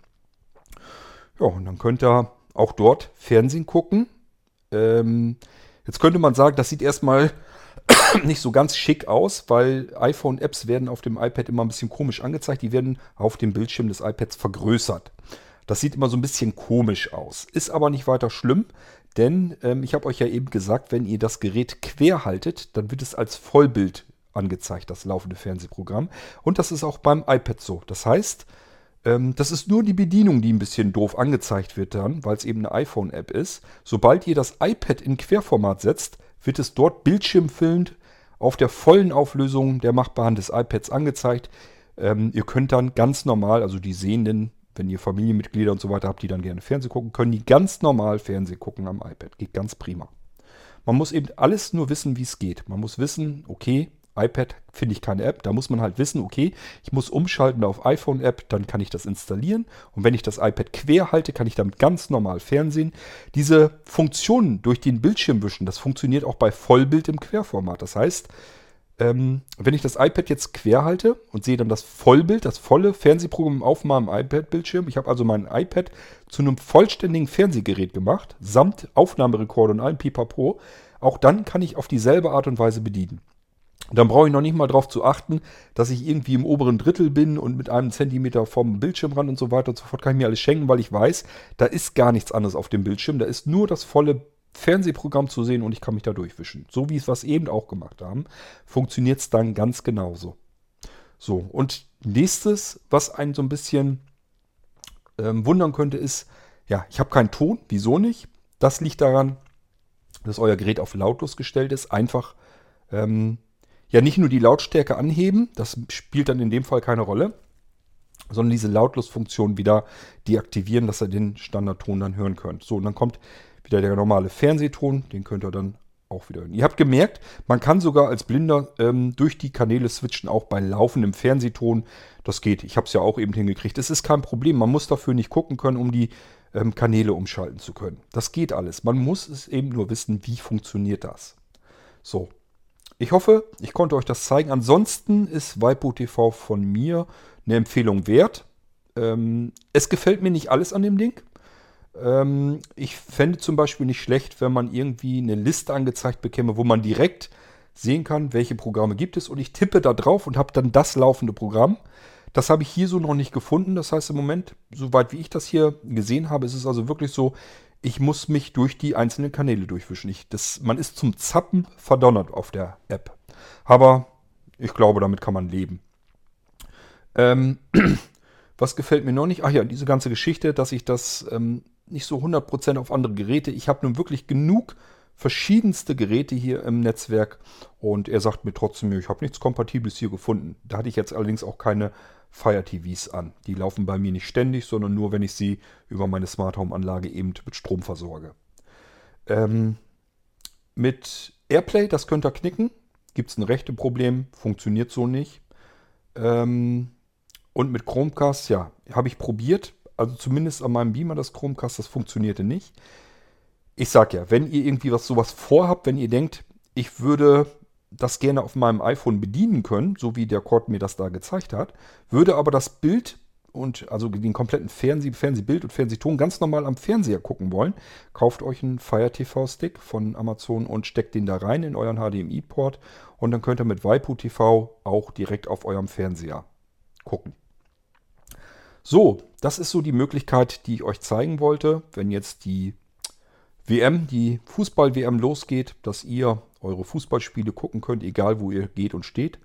A: Ja, und dann könnt ihr auch dort Fernsehen gucken. Ähm, jetzt könnte man sagen, das sieht erstmal nicht so ganz schick aus, weil iPhone-Apps werden auf dem iPad immer ein bisschen komisch angezeigt. Die werden auf dem Bildschirm des iPads vergrößert. Das sieht immer so ein bisschen komisch aus. Ist aber nicht weiter schlimm, denn ähm, ich habe euch ja eben gesagt, wenn ihr das Gerät quer haltet, dann wird es als Vollbild angezeigt, das laufende Fernsehprogramm. Und das ist auch beim iPad so. Das heißt, das ist nur die Bedienung, die ein bisschen doof angezeigt wird dann, weil es eben eine iPhone-App ist. Sobald ihr das iPad in Querformat setzt, wird es dort bildschirmfüllend auf der vollen Auflösung der machbaren des iPads angezeigt. Ähm, ihr könnt dann ganz normal, also die Sehenden, wenn ihr Familienmitglieder und so weiter habt, die dann gerne Fernsehen gucken, können die ganz normal Fernsehen gucken am iPad. Geht ganz prima. Man muss eben alles nur wissen, wie es geht. Man muss wissen, okay, iPad finde ich keine App. Da muss man halt wissen, okay, ich muss umschalten auf iPhone-App, dann kann ich das installieren. Und wenn ich das iPad quer halte, kann ich damit ganz normal Fernsehen. Diese Funktionen durch den Bildschirm wischen, das funktioniert auch bei Vollbild im Querformat. Das heißt, ähm, wenn ich das iPad jetzt quer halte und sehe dann das Vollbild, das volle Fernsehprogramm auf meinem iPad-Bildschirm. Ich habe also mein iPad zu einem vollständigen Fernsehgerät gemacht, samt Aufnahmerekorder und allem Pipapo. Auch dann kann ich auf dieselbe Art und Weise bedienen. Dann brauche ich noch nicht mal darauf zu achten, dass ich irgendwie im oberen Drittel bin und mit einem Zentimeter vom Bildschirmrand und so weiter und so fort kann ich mir alles schenken, weil ich weiß, da ist gar nichts anderes auf dem Bildschirm. Da ist nur das volle Fernsehprogramm zu sehen und ich kann mich da durchwischen. So wie es wir es eben auch gemacht haben, funktioniert es dann ganz genauso. So, und nächstes, was einen so ein bisschen ähm, wundern könnte, ist, ja, ich habe keinen Ton. Wieso nicht? Das liegt daran, dass euer Gerät auf lautlos gestellt ist. Einfach ähm, ja nicht nur die Lautstärke anheben, das spielt dann in dem Fall keine Rolle, sondern diese Lautlosfunktion wieder deaktivieren, dass ihr den Standardton dann hören könnt. So, und dann kommt wieder der normale Fernsehton, den könnt ihr dann auch wieder hören. Ihr habt gemerkt, man kann sogar als Blinder ähm, durch die Kanäle switchen, auch bei laufendem Fernsehton. Das geht, ich habe es ja auch eben hingekriegt. Es ist kein Problem, man muss dafür nicht gucken können, um die ähm, Kanäle umschalten zu können. Das geht alles. Man muss es eben nur wissen, wie funktioniert das. So. Ich hoffe, ich konnte euch das zeigen. Ansonsten ist waipu.tv von mir eine Empfehlung wert. Ähm, es gefällt mir nicht alles an dem Ding. Ähm, ich fände zum Beispiel nicht schlecht, wenn man irgendwie eine Liste angezeigt bekäme, wo man direkt sehen kann, welche Programme gibt es. Und ich tippe da drauf und habe dann das laufende Programm. Das habe ich hier so noch nicht gefunden. Das heißt im Moment, soweit wie ich das hier gesehen habe, ist es also wirklich so, ich muss mich durch die einzelnen Kanäle durchwischen. Ich, das, man ist zum Zappen verdonnert auf der App. Aber ich glaube, damit kann man leben. Ähm, was gefällt mir noch nicht? Ach ja, diese ganze Geschichte, dass ich das ähm, nicht so hundert Prozent auf andere Geräte. Ich habe nun wirklich genug verschiedenste Geräte hier im Netzwerk. Und er sagt mir trotzdem, ich habe nichts Kompatibles hier gefunden. Da hatte ich jetzt allerdings auch keine Fire T Vs an. Die laufen bei mir nicht ständig, sondern nur, wenn ich sie über meine Smart Home Anlage eben mit Strom versorge. Ähm, mit Airplay, das könnt ihr knicken. Gibt es ein Rechteproblem, funktioniert so nicht. Ähm, und mit Chromecast, ja, habe ich probiert. Also zumindest an meinem Beamer das Chromecast, das funktionierte nicht. Ich sag ja, wenn ihr irgendwie was sowas vorhabt, wenn ihr denkt, ich würde das gerne auf meinem iPhone bedienen können, so wie der Cord mir das da gezeigt hat, würde aber das Bild und also den kompletten Fernseh, Fernsehbild und Fernsehton ganz normal am Fernseher gucken wollen, kauft euch einen Fire T V-Stick von Amazon und steckt den da rein in euren H D M I-Port und dann könnt ihr mit waipu.tv auch direkt auf eurem Fernseher gucken. So, das ist so die Möglichkeit, die ich euch zeigen wollte, wenn jetzt die W M, die Fußball-W M losgeht, dass ihr eure Fußballspiele gucken könnt, egal wo ihr geht und steht.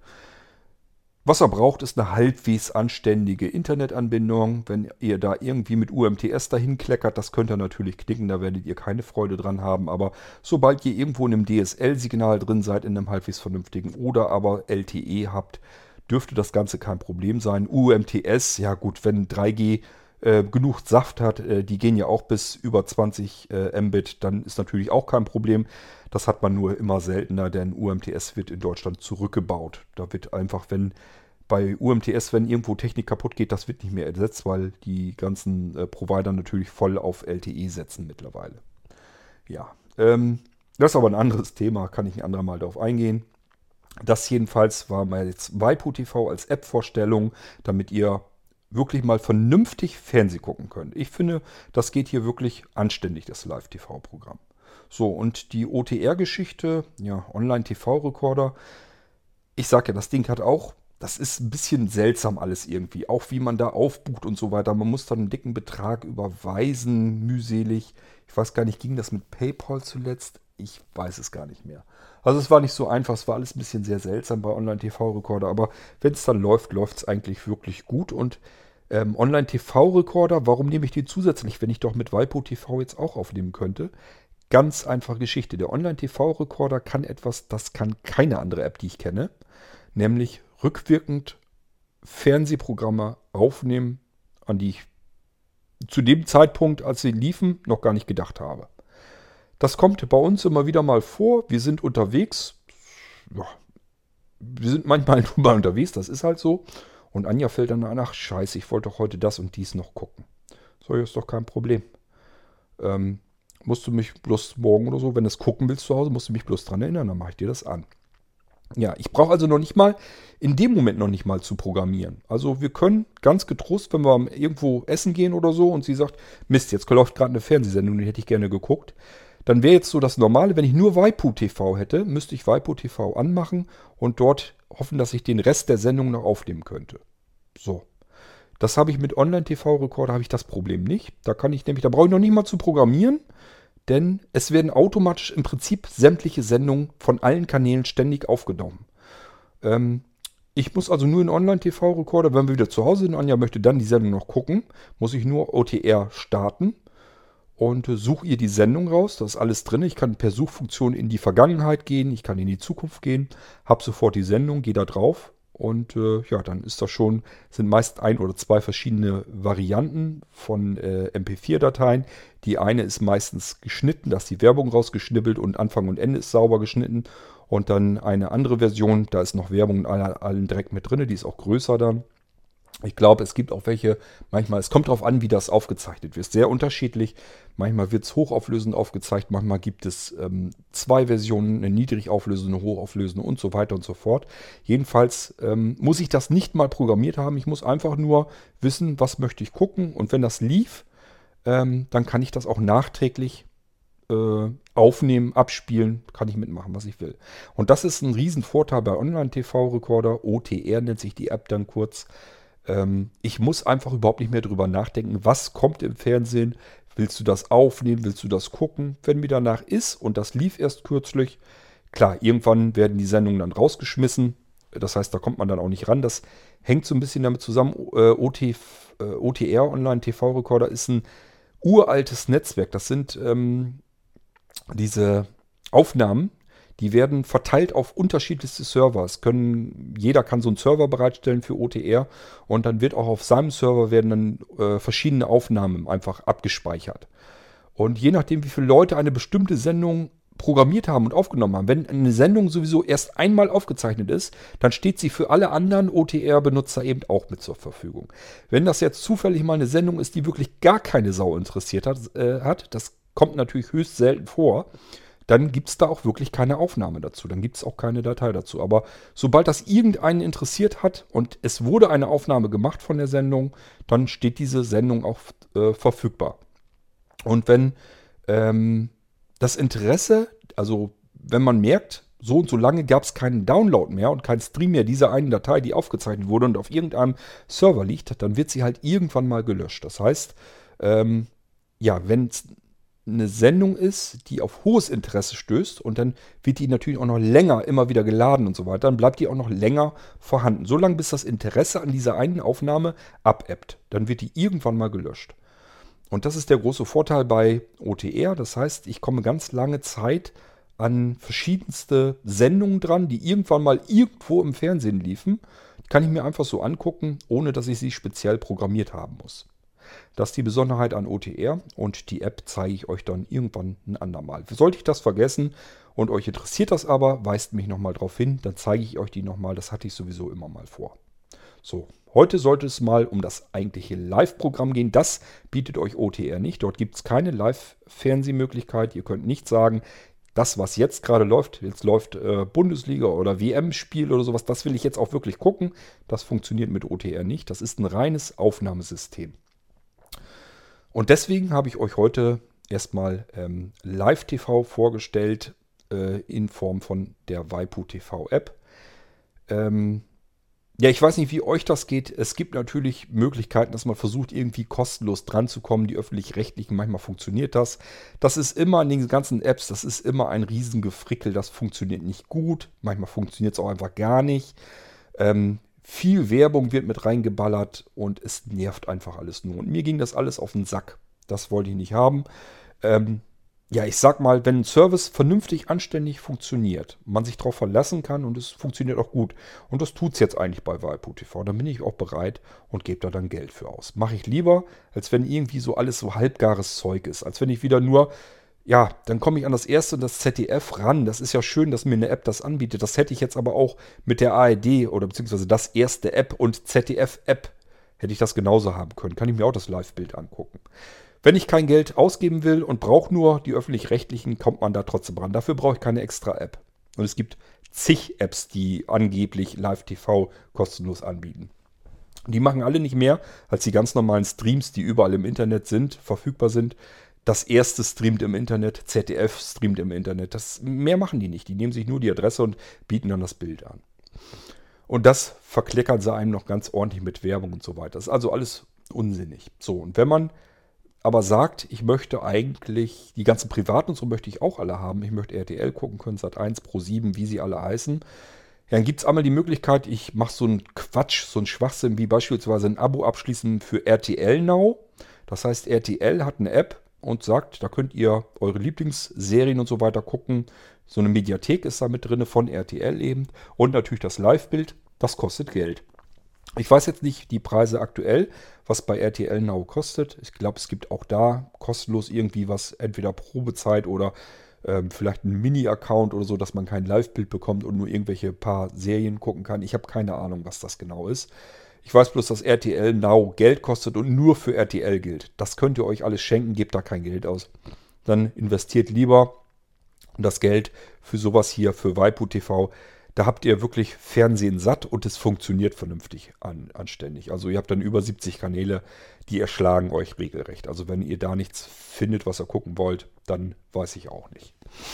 A: Was ihr braucht, ist eine halbwegs anständige Internetanbindung. Wenn ihr da irgendwie mit U M T S dahin kleckert, das könnt ihr natürlich knicken, da werdet ihr keine Freude dran haben. Aber sobald ihr irgendwo in einem D S L-Signal drin seid, in einem halbwegs vernünftigen oder aber L T E habt, dürfte das Ganze kein Problem sein. U M T S, ja gut, wenn drei G äh, genug Saft hat, äh, die gehen ja auch bis über zwanzig äh, Mbit, dann ist natürlich auch kein Problem. Das hat man nur immer seltener, denn U M T S wird in Deutschland zurückgebaut. Da wird einfach, wenn bei U M T S, wenn irgendwo Technik kaputt geht, das wird nicht mehr ersetzt, weil die ganzen äh, Provider natürlich voll auf L T E setzen mittlerweile. Ja, ähm, das ist aber ein anderes Thema, kann ich ein andermal darauf eingehen. Das jedenfalls war mal jetzt waipu.tv als App-Vorstellung, damit ihr wirklich mal vernünftig Fernsehen gucken könnt. Ich finde, das geht hier wirklich anständig, das Live-T V-Programm. So, und die O T R-Geschichte, ja, Online-T V-Recorder. Ich sage ja, das Ding hat auch, das ist ein bisschen seltsam alles irgendwie. Auch wie man da aufbucht und so weiter. Man muss dann einen dicken Betrag überweisen, mühselig. Ich weiß gar nicht, ging das mit PayPal zuletzt? Ich weiß es gar nicht mehr. Also es war nicht so einfach, es war alles ein bisschen sehr seltsam bei Online-T V-Recorder. Aber wenn es dann läuft, läuft es eigentlich wirklich gut. Und ähm, Online-T V-Recorder, warum nehme ich den zusätzlich, wenn ich doch mit waipu.tv jetzt auch aufnehmen könnte? Ganz einfache Geschichte. Der Online-T V-Recorder kann etwas, das kann keine andere App, die ich kenne. Nämlich rückwirkend Fernsehprogramme aufnehmen, an die ich zu dem Zeitpunkt, als sie liefen, noch gar nicht gedacht habe. Das kommt bei uns immer wieder mal vor. Wir sind unterwegs. Ja, wir sind manchmal nur mal unterwegs, das ist halt so. Und Anja fällt dann an, ach scheiße, ich wollte doch heute das und dies noch gucken. So, ist doch kein Problem. Ähm, musst du mich bloß morgen oder so, wenn du es gucken willst zu Hause, musst du mich bloß dran erinnern, dann mache ich dir das an. Ja, ich brauche also noch nicht mal, in dem Moment noch nicht mal zu programmieren. Also wir können ganz getrost, wenn wir irgendwo essen gehen oder so und sie sagt, Mist, jetzt läuft gerade eine Fernsehsendung, die hätte ich gerne geguckt. Dann wäre jetzt so das Normale, wenn ich nur waipu.tv hätte, müsste ich waipu.tv anmachen und dort hoffen, dass ich den Rest der Sendung noch aufnehmen könnte. So. Das habe ich mit Online-T V-Recorder, habe ich das Problem nicht. Da kann ich nämlich, da brauche ich noch nicht mal zu programmieren. Denn es werden automatisch im Prinzip sämtliche Sendungen von allen Kanälen ständig aufgenommen. Ähm, ich muss also nur in Online-T V-Recorder, wenn wir wieder zu Hause sind, Anja möchte dann die Sendung noch gucken, muss ich nur O T R starten und äh, suche ihr die Sendung raus. Das ist alles drin. Ich kann per Suchfunktion in die Vergangenheit gehen, ich kann in die Zukunft gehen, habe sofort die Sendung, gehe da drauf. Und äh, ja, dann ist das schon, sind meist ein oder zwei verschiedene Varianten von äh, M P vier Dateien. Die eine ist meistens geschnitten, da ist die Werbung rausgeschnibbelt und Anfang und Ende ist sauber geschnitten. Und dann eine andere Version, da ist noch Werbung und allen direkt mit drin, die ist auch größer dann. Ich glaube, es gibt auch welche, manchmal, es kommt darauf an, wie das aufgezeichnet wird. Sehr unterschiedlich. Manchmal wird es hochauflösend aufgezeichnet, manchmal gibt es ähm, zwei Versionen, eine niedrig auflösende, eine hochauflösende und so weiter und so fort. Jedenfalls ähm, muss ich das nicht mal programmiert haben. Ich muss einfach nur wissen, was möchte ich gucken. Und wenn das lief, ähm, dann kann ich das auch nachträglich äh, aufnehmen, abspielen, kann ich mitmachen, was ich will. Und das ist ein Riesenvorteil bei Online-T V-Recorder. O T R nennt sich die App dann kurz. Ich muss einfach überhaupt nicht mehr drüber nachdenken, was kommt im Fernsehen. Willst du das aufnehmen? Willst du das gucken? Wenn mir danach ist, und das lief erst kürzlich, klar, irgendwann werden die Sendungen dann rausgeschmissen. Das heißt, da kommt man dann auch nicht ran. Das hängt so ein bisschen damit zusammen. O T R, Online-T V-Recorder, ist ein uraltes Netzwerk. Das sind ähm, diese Aufnahmen, die werden verteilt auf unterschiedlichste Server. Es können, jeder kann so einen Server bereitstellen für O T R und dann wird auch auf seinem Server werden dann äh, verschiedene Aufnahmen einfach abgespeichert. Und je nachdem, wie viele Leute eine bestimmte Sendung programmiert haben und aufgenommen haben, wenn eine Sendung sowieso erst einmal aufgezeichnet ist, dann steht sie für alle anderen O T R-Benutzer eben auch mit zur Verfügung. Wenn das jetzt zufällig mal eine Sendung ist, die wirklich gar keine Sau interessiert hat, äh, hat das kommt natürlich höchst selten vor, dann gibt es da auch wirklich keine Aufnahme dazu. Dann gibt es auch keine Datei dazu. Aber sobald das irgendeinen interessiert hat und es wurde eine Aufnahme gemacht von der Sendung, dann steht diese Sendung auch äh, verfügbar. Und wenn ähm, das Interesse, also wenn man merkt, so und so lange gab es keinen Download mehr und keinen Stream mehr dieser einen Datei, die aufgezeichnet wurde und auf irgendeinem Server liegt, dann wird sie halt irgendwann mal gelöscht. Das heißt, ähm, ja, wenn es eine Sendung ist, die auf hohes Interesse stößt und dann wird die natürlich auch noch länger immer wieder geladen und so weiter, dann bleibt die auch noch länger vorhanden. Solange bis das Interesse an dieser einen Aufnahme abebbt. Dann wird die irgendwann mal gelöscht. Und das ist der große Vorteil bei O T R. Das heißt, ich komme ganz lange Zeit an verschiedenste Sendungen dran, die irgendwann mal irgendwo im Fernsehen liefen. Die kann ich mir einfach so angucken, ohne dass ich sie speziell programmiert haben muss. Das ist die Besonderheit an O T R und die App zeige ich euch dann irgendwann ein andermal. Sollte ich das vergessen und euch interessiert das aber, weist mich nochmal drauf hin, dann zeige ich euch die nochmal. Das hatte ich sowieso immer mal vor. So, heute sollte es mal um das eigentliche Live-Programm gehen. Das bietet euch O T R nicht. Dort gibt es keine Live-Fernsehmöglichkeit. Ihr könnt nicht sagen, das, was jetzt gerade läuft, jetzt läuft äh, Bundesliga oder W M-Spiel oder sowas, das will ich jetzt auch wirklich gucken. Das funktioniert mit O T R nicht. Das ist ein reines Aufnahmesystem. Und deswegen habe ich euch heute erstmal ähm, Live-T V vorgestellt äh, in Form von der waipu.T V-App. Ähm, ja, ich weiß nicht, wie euch das geht. Es gibt natürlich Möglichkeiten, dass man versucht, irgendwie kostenlos dran zu kommen. Die öffentlich-rechtlichen, manchmal funktioniert das. Das ist immer in den ganzen Apps, das ist immer ein Riesengefrickel. Das funktioniert nicht gut. Manchmal funktioniert es auch einfach gar nicht. Ähm, Viel Werbung wird mit reingeballert und es nervt einfach alles nur. Und mir ging das alles auf den Sack. Das wollte ich nicht haben. Ähm, ja, ich sag mal, wenn ein Service vernünftig, anständig funktioniert, man sich darauf verlassen kann und es funktioniert auch gut. Und das tut es jetzt eigentlich bei waipu.T V. Dann bin ich auch bereit und gebe da dann Geld für aus. Mache ich lieber, als wenn irgendwie so alles so halbgares Zeug ist. Als wenn ich wieder nur... Ja, dann komme ich an das erste und das Z D F ran. Das ist ja schön, dass mir eine App das anbietet. Das hätte ich jetzt aber auch mit der A R D oder beziehungsweise das erste App und Z D F-App hätte ich das genauso haben können. Kann ich mir auch das Live-Bild angucken. Wenn ich kein Geld ausgeben will und brauche nur die öffentlich-rechtlichen, kommt man da trotzdem ran. Dafür brauche ich keine extra App. Und es gibt zig Apps, die angeblich Live-T V kostenlos anbieten. Die machen alle nicht mehr als die ganz normalen Streams, die überall im Internet sind, verfügbar sind. Das erste streamt im Internet, Z D F streamt im Internet. Das, mehr machen die nicht. Die nehmen sich nur die Adresse und bieten dann das Bild an. Und das verkleckern sie einem noch ganz ordentlich mit Werbung und so weiter. Das ist also alles unsinnig. So, und wenn man aber sagt, ich möchte eigentlich, die ganzen Privaten und so möchte ich auch alle haben. Ich möchte R T L gucken können, Sat eins, Pro sieben, wie sie alle heißen. Ja, dann gibt es einmal die Möglichkeit, ich mache so einen Quatsch, so einen Schwachsinn, wie beispielsweise ein Abo abschließen für R T L Now. Das heißt, R T L hat eine App und sagt, da könnt ihr eure Lieblingsserien und so weiter gucken. So eine Mediathek ist da mit drin von R T L eben. Und natürlich das Live-Bild, das kostet Geld. Ich weiß jetzt nicht die Preise aktuell, was bei R T L Now kostet. Ich glaube, es gibt auch da kostenlos irgendwie was, entweder Probezeit oder ähm, vielleicht ein Mini-Account oder so, dass man kein Live-Bild bekommt und nur irgendwelche paar Serien gucken kann. Ich habe keine Ahnung, was das genau ist. Ich weiß bloß, dass R T L Now Geld kostet und nur für R T L gilt. Das könnt ihr euch alles schenken, gebt da kein Geld aus. Dann investiert lieber das Geld für sowas hier, für waipu.T V. Da habt ihr wirklich Fernsehen satt und es funktioniert vernünftig an, anständig. Also ihr habt dann über siebzig Kanäle, die erschlagen euch regelrecht. Also wenn ihr da nichts findet, was ihr gucken wollt, dann weiß ich auch nicht.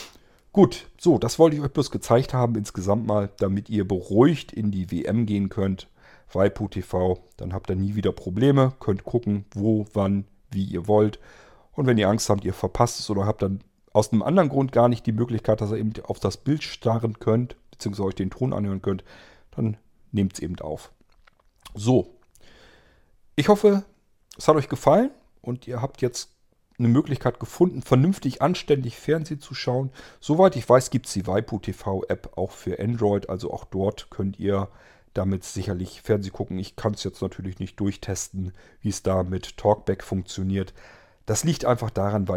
A: Gut, so, das wollte ich euch bloß gezeigt haben insgesamt mal, damit ihr beruhigt in die W M gehen könnt. waipu.T V, dann habt ihr nie wieder Probleme, könnt gucken, wo, wann, wie ihr wollt. Und wenn ihr Angst habt, ihr verpasst es oder habt dann aus einem anderen Grund gar nicht die Möglichkeit, dass ihr eben auf das Bild starren könnt, beziehungsweise euch den Ton anhören könnt, dann nehmt es eben auf. So, ich hoffe, es hat euch gefallen und ihr habt jetzt eine Möglichkeit gefunden, vernünftig, anständig Fernsehen zu schauen. Soweit ich weiß, gibt es die waipu.T V-App auch für Android, also auch dort könnt ihr damit sicherlich Fernsehen gucken. Ich kann es jetzt natürlich nicht durchtesten, wie es da mit Talkback funktioniert. Das liegt einfach daran, weil ich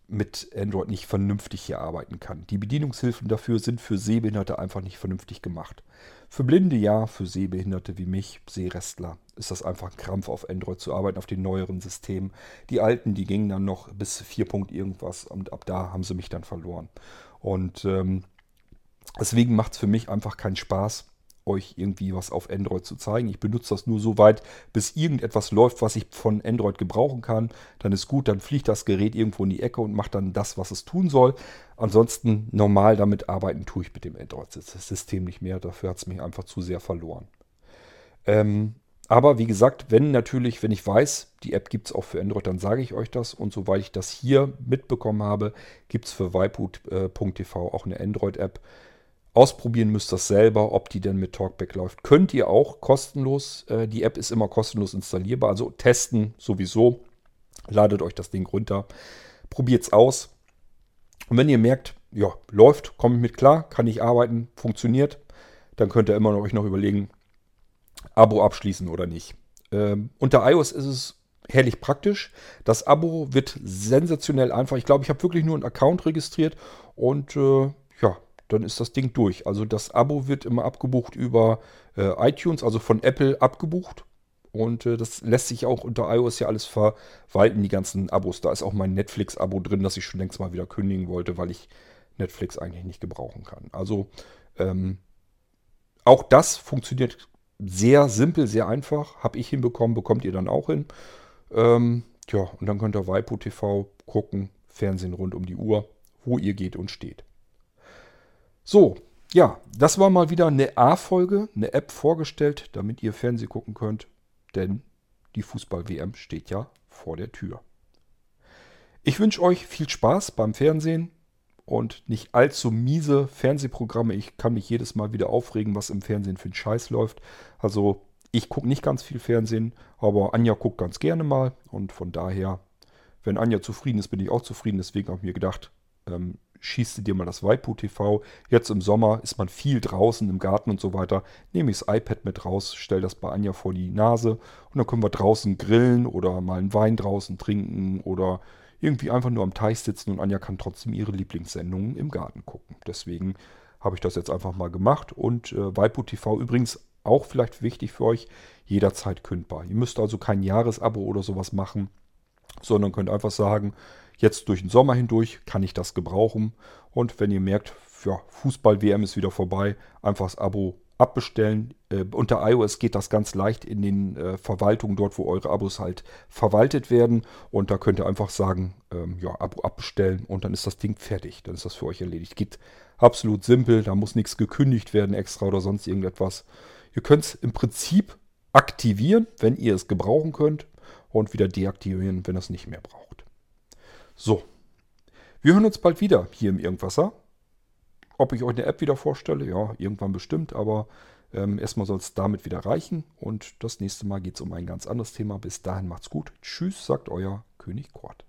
A: mit Android nicht vernünftig hier arbeiten kann. Die Bedienungshilfen dafür sind für Sehbehinderte einfach nicht vernünftig gemacht. Für Blinde ja, für Sehbehinderte wie mich, Sehrestler, ist das einfach ein Krampf, auf Android zu arbeiten, auf den neueren Systemen. Die alten, die gingen dann noch bis vier Punkt irgendwas und ab da haben sie mich dann verloren. Und ähm, deswegen macht es für mich einfach keinen Spaß, euch irgendwie was auf Android zu zeigen. Ich benutze das nur so weit, bis irgendetwas läuft, was ich von Android gebrauchen kann. Dann ist gut, dann fliegt das Gerät irgendwo in die Ecke und macht dann das, was es tun soll. Ansonsten normal damit arbeiten tue ich mit dem Android-System nicht mehr. Dafür hat es mich einfach zu sehr verloren. Ähm, aber wie gesagt, wenn natürlich, wenn ich weiß, die App gibt es auch für Android, dann sage ich euch das. Und soweit ich das hier mitbekommen habe, gibt es für waipu punkt t v auch eine Android-App. Ausprobieren müsst ihr das selber, ob die denn mit Talkback läuft. Könnt ihr auch kostenlos. Äh, die App ist immer kostenlos installierbar. Also testen sowieso. Ladet euch das Ding runter. Probiert es aus. Und wenn ihr merkt, ja, läuft, komme ich mit klar, kann ich arbeiten, funktioniert, dann könnt ihr immer noch euch noch überlegen, Abo abschließen oder nicht. Ähm, unter iOS ist es herrlich praktisch. Das Abo wird sensationell einfach. Ich glaube, ich habe wirklich nur einen Account registriert und äh, ja, dann ist das Ding durch. Also das Abo wird immer abgebucht über äh, iTunes, also von Apple abgebucht. Und äh, das lässt sich auch unter iOS ja alles verwalten, die ganzen Abos. Da ist auch mein Netflix-Abo drin, das ich schon längst mal wieder kündigen wollte, weil ich Netflix eigentlich nicht gebrauchen kann. Also ähm, auch das funktioniert sehr simpel, sehr einfach. Habe ich hinbekommen, bekommt ihr dann auch hin. Ähm, ja, und dann könnt ihr waipu punkt t v gucken, Fernsehen rund um die Uhr, wo ihr geht und steht. So, ja, das war mal wieder eine A-Folge, eine App vorgestellt, damit ihr Fernsehen gucken könnt, denn die Fußball-W M steht ja vor der Tür. Ich wünsche euch viel Spaß beim Fernsehen und nicht allzu miese Fernsehprogramme. Ich kann mich jedes Mal wieder aufregen, was im Fernsehen für einen Scheiß läuft. Also ich gucke nicht ganz viel Fernsehen, aber Anja guckt ganz gerne mal und von daher, wenn Anja zufrieden ist, bin ich auch zufrieden. Deswegen habe ich mir gedacht, ähm, schießt dir mal das waipu punkt t v. Jetzt im Sommer ist man viel draußen im Garten und so weiter. Nehme ich das iPad mit raus, stelle das bei Anja vor die Nase und dann können wir draußen grillen oder mal einen Wein draußen trinken oder irgendwie einfach nur am Teich sitzen und Anja kann trotzdem ihre Lieblingssendungen im Garten gucken. Deswegen habe ich das jetzt einfach mal gemacht und äh, waipu punkt t v übrigens auch vielleicht wichtig für euch, jederzeit kündbar. Ihr müsst also kein Jahresabo oder sowas machen, sondern könnt einfach sagen, jetzt durch den Sommer hindurch kann ich das gebrauchen. Und wenn ihr merkt, ja, Fußball-W M ist wieder vorbei, einfach das Abo abbestellen. Äh, unter iOS geht das ganz leicht in den äh, Verwaltungen, dort wo eure Abos halt verwaltet werden. Und da könnt ihr einfach sagen, ähm, ja, Abo abbestellen und dann ist das Ding fertig. Dann ist das für euch erledigt. Geht absolut simpel, da muss nichts gekündigt werden extra oder sonst irgendetwas. Ihr könnt es im Prinzip aktivieren, wenn ihr es gebrauchen könnt und wieder deaktivieren, wenn ihr es nicht mehr braucht. So, wir hören uns bald wieder hier im Irgendwasser. Ob ich euch eine App wieder vorstelle, ja, irgendwann bestimmt, aber ähm, erstmal soll es damit wieder reichen. Und das nächste Mal geht es um ein ganz anderes Thema. Bis dahin macht's gut. Tschüss, sagt euer König Kort.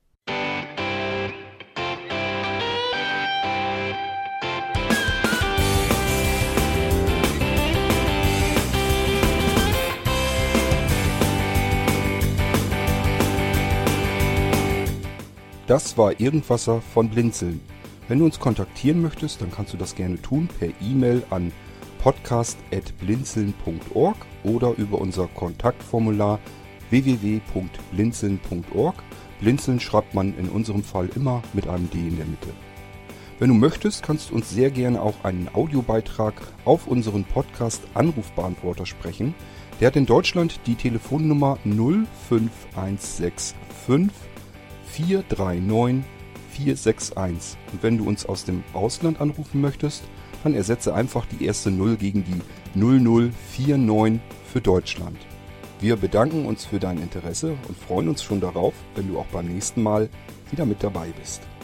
A: Das war Irgendwasser von Blinzeln. Wenn du uns kontaktieren möchtest, dann kannst du das gerne tun per E-Mail an podcast at blinzeln punkt org oder über unser Kontaktformular w w w punkt blinzeln punkt org. Blinzeln schreibt man in unserem Fall immer mit einem D in der Mitte. Wenn du möchtest, kannst du uns sehr gerne auch einen Audiobeitrag auf unseren Podcast Anrufbeantworter sprechen. Der hat in Deutschland die Telefonnummer null fünf eins sechs fünf vier drei neun vier sechs eins. Und wenn du uns aus dem Ausland anrufen möchtest, dann ersetze einfach die erste null gegen die null null vier neun für Deutschland. Wir bedanken uns für dein Interesse und freuen uns schon darauf, wenn du auch beim nächsten Mal wieder mit dabei bist.